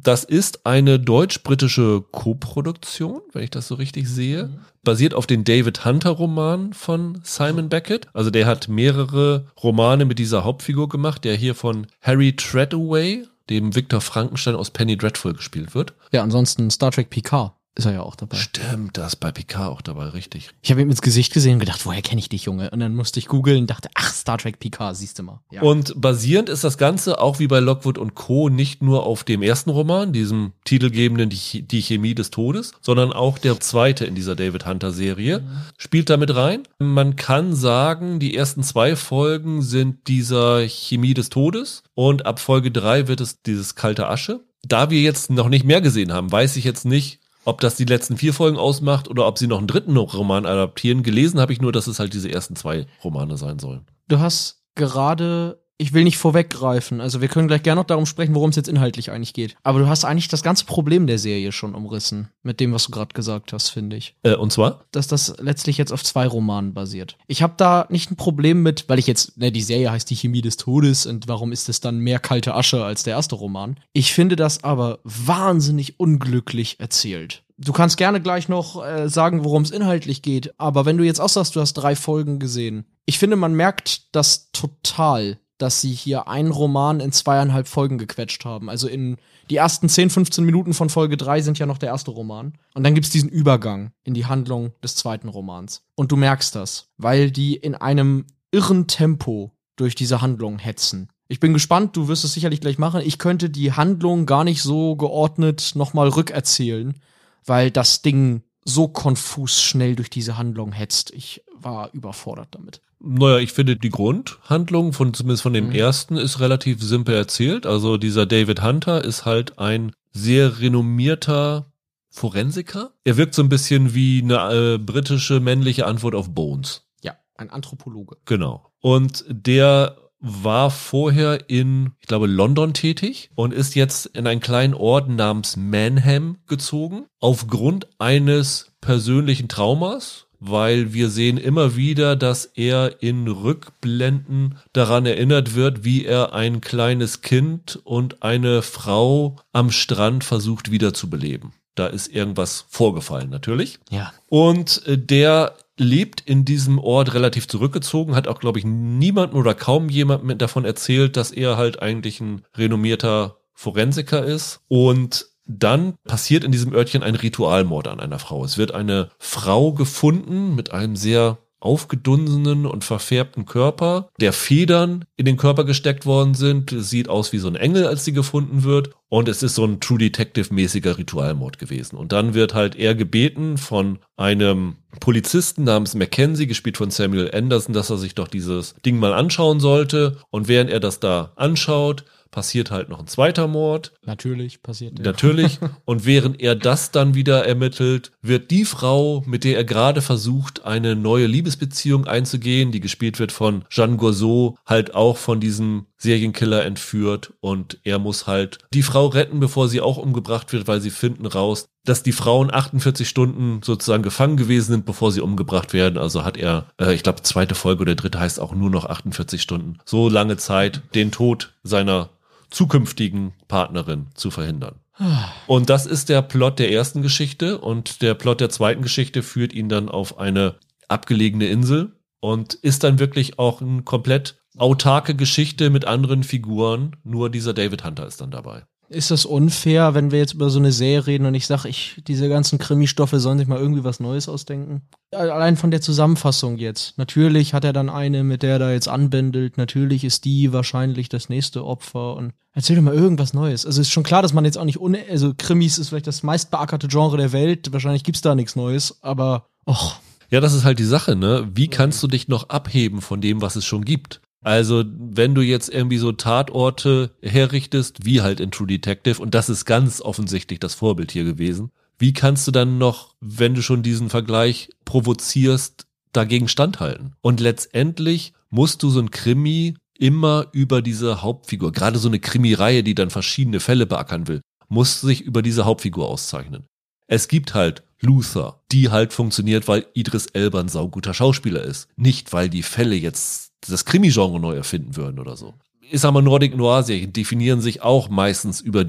Das ist eine deutsch-britische Koproduktion, wenn ich das so richtig sehe. Mhm. Basiert auf den David Hunter-Roman von Simon Beckett. Also der hat mehrere Romane mit dieser Hauptfigur gemacht, der hier von Harry Treadaway, dem Victor Frankenstein aus Penny Dreadful, gespielt wird. Ja, ansonsten Star Trek Picard ist er ja auch dabei. Stimmt, da ist bei Picard auch dabei, richtig. Ich habe ihm ins Gesicht gesehen und gedacht, woher kenne ich dich, Junge? Und dann musste ich googeln und dachte, ach, Star Trek Picard, siehst du mal. Ja. Und basierend ist das Ganze auch wie bei Lockwood und Co. nicht nur auf dem ersten Roman, diesem titelgebenden Die, Die Chemie des Todes, sondern auch der zweite in dieser David Hunter-Serie mhm. spielt damit rein. Man kann sagen, die ersten zwei Folgen sind dieser Chemie des Todes und ab Folge drei wird es dieses kalte Asche. Da wir jetzt noch nicht mehr gesehen haben, weiß ich jetzt nicht, ob das die letzten vier Folgen ausmacht oder ob sie noch einen dritten Roman adaptieren. Gelesen habe ich nur, dass es halt diese ersten zwei Romane sein sollen. Du hast gerade, ich will nicht vorweggreifen, also wir können gleich gerne noch darum sprechen, worum es jetzt inhaltlich eigentlich geht. Aber du hast eigentlich das ganze Problem der Serie schon umrissen, mit dem, was du gerade gesagt hast, finde ich. Äh, und zwar? Dass das letztlich jetzt auf zwei Romanen basiert. Ich habe da nicht ein Problem mit, weil ich jetzt, ne, die Serie heißt Die Chemie des Todes und warum ist es dann mehr kalte Asche als der erste Roman? Ich finde das aber wahnsinnig unglücklich erzählt. Du kannst gerne gleich noch äh, sagen, worum es inhaltlich geht, aber wenn du jetzt auch sagst, du hast drei Folgen gesehen, ich finde, man merkt das total, dass sie hier einen Roman in zweieinhalb Folgen gequetscht haben. Also in die ersten zehn, fünfzehn Minuten von Folge drei sind ja noch der erste Roman. Und dann gibt's diesen Übergang in die Handlung des zweiten Romans. Und du merkst das, weil die in einem irren Tempo durch diese Handlung hetzen. Ich bin gespannt, du wirst es sicherlich gleich machen. Ich könnte die Handlung gar nicht so geordnet nochmal rückerzählen, weil das Ding so konfus schnell durch diese Handlung hetzt. Ich war überfordert damit. Naja, ich finde, die Grundhandlung, von zumindest von dem mhm. ersten, ist relativ simpel erzählt. Also dieser David Hunter ist halt ein sehr renommierter Forensiker. Er wirkt so ein bisschen wie eine äh, britische männliche Antwort auf Bones. Ja, ein Anthropologe. Genau. Und der war vorher in, ich glaube, London tätig und ist jetzt in einen kleinen Ort namens Manham gezogen, aufgrund eines persönlichen Traumas, weil wir sehen immer wieder, dass er in Rückblenden daran erinnert wird, wie er ein kleines Kind und eine Frau am Strand versucht wiederzubeleben. Da ist irgendwas vorgefallen, natürlich. Ja. Und der lebt in diesem Ort relativ zurückgezogen, hat auch, glaube ich, niemanden oder kaum jemandem davon erzählt, dass er halt eigentlich ein renommierter Forensiker ist. Und dann passiert in diesem Örtchen ein Ritualmord an einer Frau. Es wird eine Frau gefunden mit einem sehr aufgedunsenen und verfärbten Körper, der Federn in den Körper gesteckt worden sind. Es sieht aus wie so ein Engel, als sie gefunden wird. Und es ist so ein True Detective-mäßiger Ritualmord gewesen. Und dann wird halt er gebeten von einem Polizisten namens Mackenzie, gespielt von Samuel Anderson, dass er sich doch dieses Ding mal anschauen sollte. Und während er das da anschaut, passiert halt noch ein zweiter Mord. Natürlich passiert der. Natürlich. Und während er das dann wieder ermittelt, wird die Frau, mit der er gerade versucht, eine neue Liebesbeziehung einzugehen, die gespielt wird von Jeanne Gourceau, halt auch von diesem Serienkiller entführt. Und er muss halt die Frau retten, bevor sie auch umgebracht wird, weil sie finden raus, dass die Frauen achtundvierzig Stunden sozusagen gefangen gewesen sind, bevor sie umgebracht werden. Also hat er, äh, ich glaube, zweite Folge oder dritte heißt auch nur noch achtundvierzig Stunden. So lange Zeit, den Tod seiner zukünftigen Partnerin zu verhindern. Und das ist der Plot der ersten Geschichte und der Plot der zweiten Geschichte führt ihn dann auf eine abgelegene Insel und ist dann wirklich auch eine komplett autarke Geschichte mit anderen Figuren, nur dieser David Hunter ist dann dabei. Ist das unfair, wenn wir jetzt über so eine Serie reden und ich sage, ich, diese ganzen Krimi-Stoffe sollen sich mal irgendwie was Neues ausdenken? Allein von der Zusammenfassung jetzt. Natürlich hat er dann eine, mit der er da jetzt anbändelt. Natürlich ist die wahrscheinlich das nächste Opfer. Und erzähl doch mal irgendwas Neues. Also ist schon klar, dass man jetzt auch nicht, un also Krimis ist vielleicht das meistbeackerte Genre der Welt. Wahrscheinlich gibt's da nichts Neues, aber, och. Ja, das ist halt die Sache, ne? Wie kannst du dich noch abheben von dem, was es schon gibt? Also, wenn du jetzt irgendwie so Tatorte herrichtest, wie halt in True Detective, und das ist ganz offensichtlich das Vorbild hier gewesen, wie kannst du dann noch, wenn du schon diesen Vergleich provozierst, dagegen standhalten? Und letztendlich musst du so ein Krimi immer über diese Hauptfigur, gerade so eine Krimireihe, die dann verschiedene Fälle beackern will, muss sich über diese Hauptfigur auszeichnen. Es gibt halt Luther, die halt funktioniert, weil Idris Elba ein sauguter Schauspieler ist. Nicht, weil die Fälle jetzt das Krimi-Genre neu erfinden würden oder so. Ich sag mal, Nordic Noir-Serien definieren sich auch meistens über die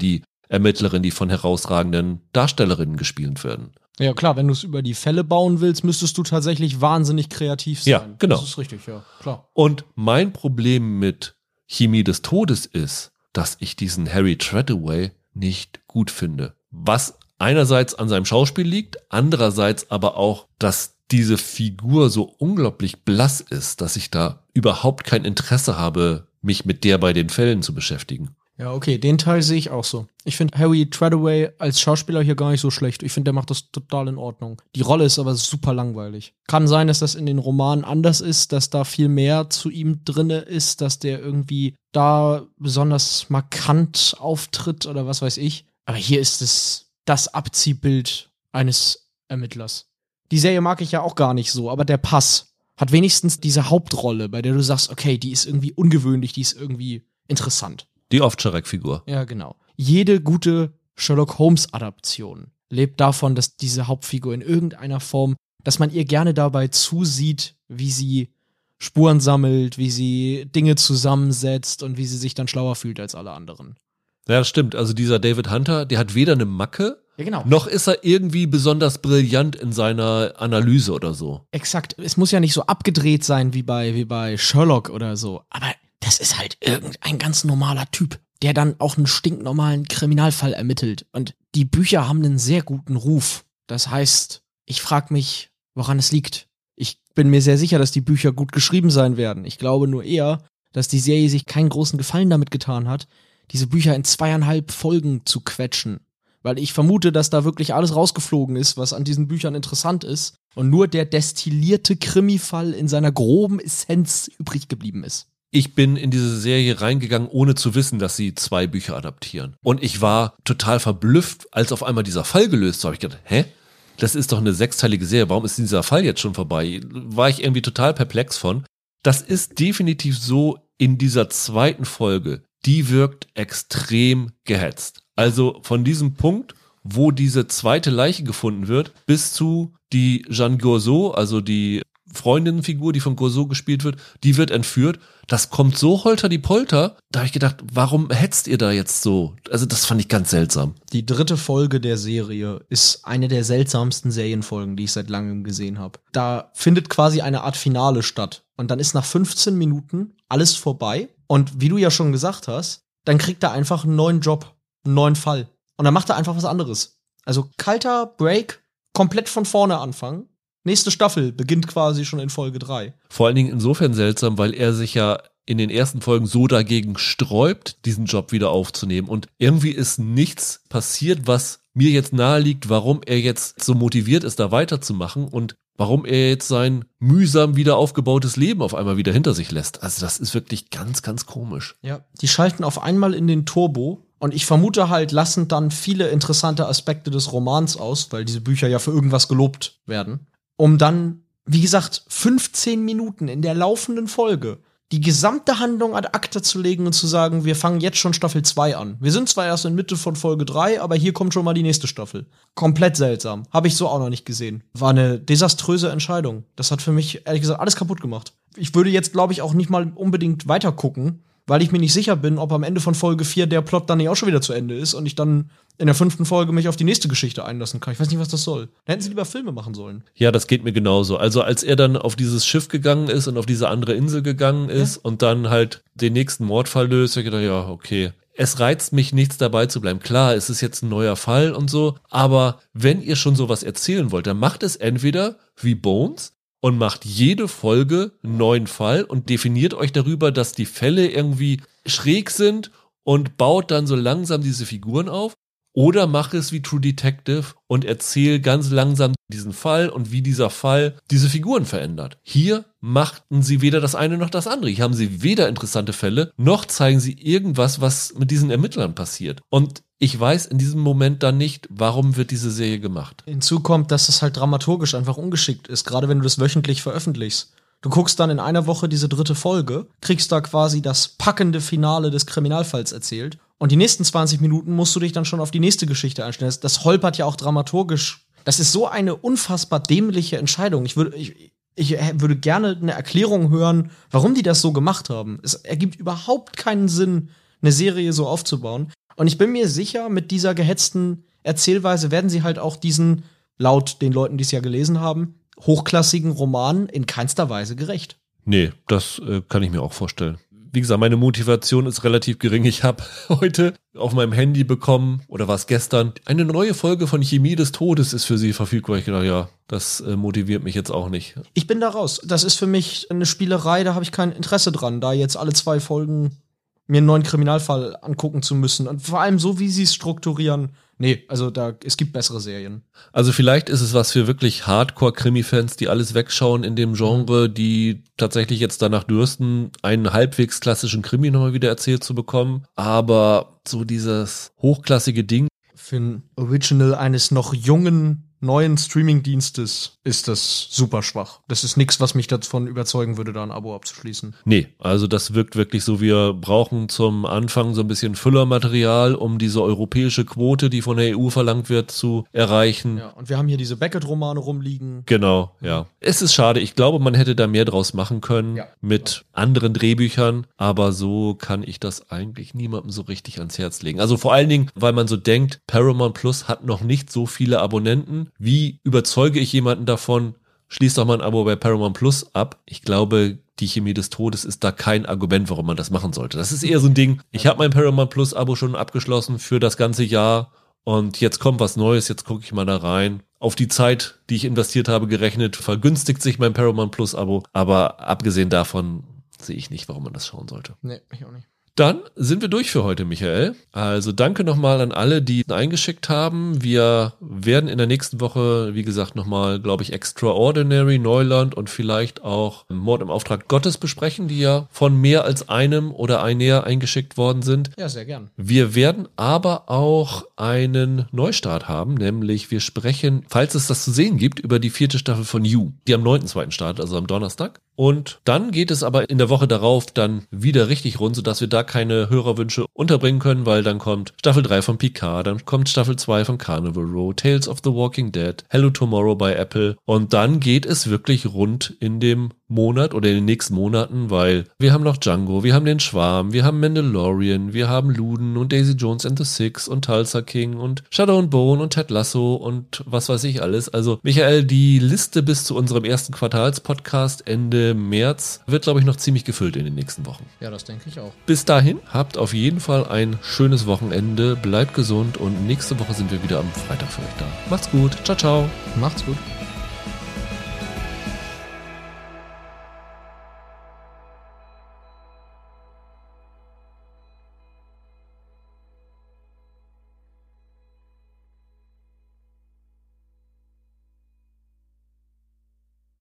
Ermittlerinnen, die von herausragenden Darstellerinnen gespielt werden. Ja, klar, wenn du es über die Fälle bauen willst, müsstest du tatsächlich wahnsinnig kreativ sein. Ja, genau. Das ist richtig, ja, klar. Und mein Problem mit Chemie des Todes ist, dass ich diesen Harry Treadaway nicht gut finde. Was einerseits an seinem Schauspiel liegt, andererseits aber auch, dass diese Figur so unglaublich blass ist, dass ich da überhaupt kein Interesse habe, mich mit der bei den Fällen zu beschäftigen. Ja, okay, den Teil sehe ich auch so. Ich finde Harry Treadaway als Schauspieler hier gar nicht so schlecht. Ich finde, der macht das total in Ordnung. Die Rolle ist aber super langweilig. Kann sein, dass das in den Romanen anders ist, dass da viel mehr zu ihm drinne ist, dass der irgendwie da besonders markant auftritt oder was weiß ich. Aber hier ist es das Abziehbild eines Ermittlers. Die Serie mag ich ja auch gar nicht so, aber der Pass hat wenigstens diese Hauptrolle, bei der du sagst, okay, die ist irgendwie ungewöhnlich, die ist irgendwie interessant. Die Ovtcharek-Figur. Ja, genau. Jede gute Sherlock-Holmes-Adaption lebt davon, dass diese Hauptfigur in irgendeiner Form, dass man ihr gerne dabei zusieht, wie sie Spuren sammelt, wie sie Dinge zusammensetzt und wie sie sich dann schlauer fühlt als alle anderen. Ja, das stimmt. Also dieser David Hunter, der hat weder eine Macke, Ja, genau. noch ist er irgendwie besonders brillant in seiner Analyse oder so. Exakt. Es muss ja nicht so abgedreht sein wie bei, wie bei Sherlock oder so. Aber das ist halt irgendein ganz normaler Typ, der dann auch einen stinknormalen Kriminalfall ermittelt. Und die Bücher haben einen sehr guten Ruf. Das heißt, ich frage mich, woran es liegt. Ich bin mir sehr sicher, dass die Bücher gut geschrieben sein werden. Ich glaube nur eher, dass die Serie sich keinen großen Gefallen damit getan hat, diese Bücher in zweieinhalb Folgen zu quetschen. Weil ich vermute, dass da wirklich alles rausgeflogen ist, was an diesen Büchern interessant ist. Und nur der destillierte Krimifall in seiner groben Essenz übrig geblieben ist. Ich bin in diese Serie reingegangen, ohne zu wissen, dass sie zwei Bücher adaptieren. Und ich war total verblüfft, als auf einmal dieser Fall gelöst war. Hab ich gedacht, hä? Das ist doch eine sechsteilige Serie. Warum ist dieser Fall jetzt schon vorbei? War ich irgendwie total perplex von. Das ist definitiv so in dieser zweiten Folge. Die wirkt extrem gehetzt. Also von diesem Punkt, wo diese zweite Leiche gefunden wird, bis zu die Jeanne Gourceau, also die Freundinnenfigur, die von Gourceau gespielt wird, die wird entführt. Das kommt so holter die Polter. Da habe ich gedacht, warum hetzt ihr da jetzt so? Also das fand ich ganz seltsam. Die dritte Folge der Serie ist eine der seltsamsten Serienfolgen, die ich seit langem gesehen habe. Da findet quasi eine Art Finale statt. Und dann ist nach fünfzehn Minuten alles vorbei. Und wie du ja schon gesagt hast, dann kriegt er einfach einen neuen Job, einen neuen Fall. Und dann macht er einfach was anderes. Also kalter Break, komplett von vorne anfangen. Nächste Staffel beginnt quasi schon in Folge drei. Vor allen Dingen insofern seltsam, weil er sich ja in den ersten Folgen so dagegen sträubt, diesen Job wieder aufzunehmen. Und irgendwie ist nichts passiert, was mir jetzt naheliegt, warum er jetzt so motiviert ist, da weiterzumachen und warum er jetzt sein mühsam wieder aufgebautes Leben auf einmal wieder hinter sich lässt. Also das ist wirklich ganz, ganz komisch. Ja, die schalten auf einmal in den Turbo. Und ich vermute halt, lassen dann viele interessante Aspekte des Romans aus, weil diese Bücher ja für irgendwas gelobt werden. Um dann, wie gesagt, fünfzehn Minuten in der laufenden Folge die gesamte Handlung ad acta zu legen und zu sagen, wir fangen jetzt schon Staffel zwei an. Wir sind zwar erst in Mitte von Folge drei, aber hier kommt schon mal die nächste Staffel. Komplett seltsam. Habe ich so auch noch nicht gesehen. War eine desaströse Entscheidung. Das hat für mich, ehrlich gesagt, alles kaputt gemacht. Ich würde jetzt, glaube ich, auch nicht mal unbedingt weiter gucken, weil ich mir nicht sicher bin, ob am Ende von Folge vier der Plot dann nicht auch schon wieder zu Ende ist und ich dann in der fünften Folge mich auf die nächste Geschichte einlassen kann. Ich weiß nicht, was das soll. Da hätten sie lieber Filme machen sollen. Ja, das geht mir genauso. Also als er dann auf dieses Schiff gegangen ist und auf diese andere Insel gegangen ist ja. und dann halt den nächsten Mordfall löst, hab ich gedacht, ja, okay. Es reizt mich nichts dabei zu bleiben. Klar, es ist jetzt ein neuer Fall und so, aber wenn ihr schon sowas erzählen wollt, dann macht es entweder wie Bones und macht jede Folge einen neuen Fall und definiert euch darüber, dass die Fälle irgendwie schräg sind und baut dann so langsam diese Figuren auf. Oder mach es wie True Detective und erzähl ganz langsam diesen Fall und wie dieser Fall diese Figuren verändert. Hier machten sie weder das eine noch das andere. Hier haben sie weder interessante Fälle, noch zeigen sie irgendwas, was mit diesen Ermittlern passiert. Und ich weiß in diesem Moment dann nicht, warum wird diese Serie gemacht. Hinzu kommt, dass es halt dramaturgisch einfach ungeschickt ist, gerade wenn du das wöchentlich veröffentlichst. Du guckst dann in einer Woche diese dritte Folge, kriegst da quasi das packende Finale des Kriminalfalls erzählt und die nächsten zwanzig Minuten musst du dich dann schon auf die nächste Geschichte einstellen. Das, das holpert ja auch dramaturgisch. Das ist so eine unfassbar dämliche Entscheidung. Ich würde, ich, ich würde gerne eine Erklärung hören, warum die das so gemacht haben. Es ergibt überhaupt keinen Sinn, eine Serie so aufzubauen. Und ich bin mir sicher, mit dieser gehetzten Erzählweise werden sie halt auch diesen, laut den Leuten, die es ja gelesen haben, hochklassigen Roman in keinster Weise gerecht. Nee, das äh, kann ich mir auch vorstellen. Wie gesagt, meine Motivation ist relativ gering. Ich habe heute auf meinem Handy bekommen, oder war es gestern, eine neue Folge von Chemie des Todes ist für sie verfügbar. Ich dachte, ja, das äh, motiviert mich jetzt auch nicht. Ich bin da raus. Das ist für mich eine Spielerei, da habe ich kein Interesse dran, da jetzt alle zwei Folgen mir einen neuen Kriminalfall angucken zu müssen. Und vor allem so, wie sie es strukturieren. Nee, also da, es gibt bessere Serien. Also vielleicht ist es was für wirklich Hardcore-Krimi-Fans, die alles wegschauen in dem Genre, die tatsächlich jetzt danach dürsten, einen halbwegs klassischen Krimi nochmal wieder erzählt zu bekommen. Aber so dieses hochklassige Ding. Für ein Original eines noch jungen, neuen Streaming-Dienstes ist das super schwach. Das ist nichts, was mich davon überzeugen würde, da ein Abo abzuschließen. Nee, also das wirkt wirklich so, wir brauchen zum Anfang so ein bisschen Füllermaterial, um diese europäische Quote, die von der E U verlangt wird, zu erreichen. Ja, und wir haben hier diese Beckett-Romane rumliegen. Genau, ja. Es ist schade, ich glaube, man hätte da mehr draus machen können, ja, mit anderen Drehbüchern, aber so kann ich das eigentlich niemandem so richtig ans Herz legen. Also vor allen Dingen, weil man so denkt, Paramount Plus hat noch nicht so viele Abonnenten. Wie überzeuge ich jemanden davon, schließ doch mal ein Abo bei Paramount Plus ab? Ich glaube, die Chemie des Todes ist da kein Argument, warum man das machen sollte. Das ist eher so ein Ding, ich habe mein Paramount Plus Abo schon abgeschlossen für das ganze Jahr und jetzt kommt was Neues, jetzt gucke ich mal da rein. Auf die Zeit, die ich investiert habe, gerechnet, vergünstigt sich mein Paramount Plus Abo, aber abgesehen davon sehe ich nicht, warum man das schauen sollte. Nee, ich auch nicht. Dann sind wir durch für heute, Michael. Also danke nochmal an alle, die eingeschickt haben. Wir werden in der nächsten Woche, wie gesagt, nochmal, glaube ich, Extraordinary, Neuland und vielleicht auch Mord im Auftrag Gottes besprechen, die ja von mehr als einem oder einer eingeschickt worden sind. Ja, sehr gern. Wir werden aber auch einen Neustart haben, nämlich wir sprechen, falls es das zu sehen gibt, über die vierte Staffel von You, die am neunten zweiten startet, also am Donnerstag. Und dann geht es aber in der Woche darauf dann wieder richtig rund, sodass wir da keine Hörerwünsche unterbringen können, weil dann kommt Staffel drei von Picard, dann kommt Staffel zwei von Carnival Row, Tales of the Walking Dead, Hello Tomorrow bei Apple und dann geht es wirklich rund in dem Monat oder in den nächsten Monaten, weil wir haben noch Django, wir haben den Schwarm, wir haben Mandalorian, wir haben Luden und Daisy Jones and the Six und Tulsa King und Shadow and Bone und Ted Lasso und was weiß ich alles. Also Michael, die Liste bis zu unserem ersten Quartalspodcast Ende März wird, glaube ich, noch ziemlich gefüllt in den nächsten Wochen. Ja, das denke ich auch. Bis dahin, habt auf jeden Fall ein schönes Wochenende, bleibt gesund und nächste Woche sind wir wieder am Freitag für euch da. Macht's gut, ciao, ciao. Macht's gut.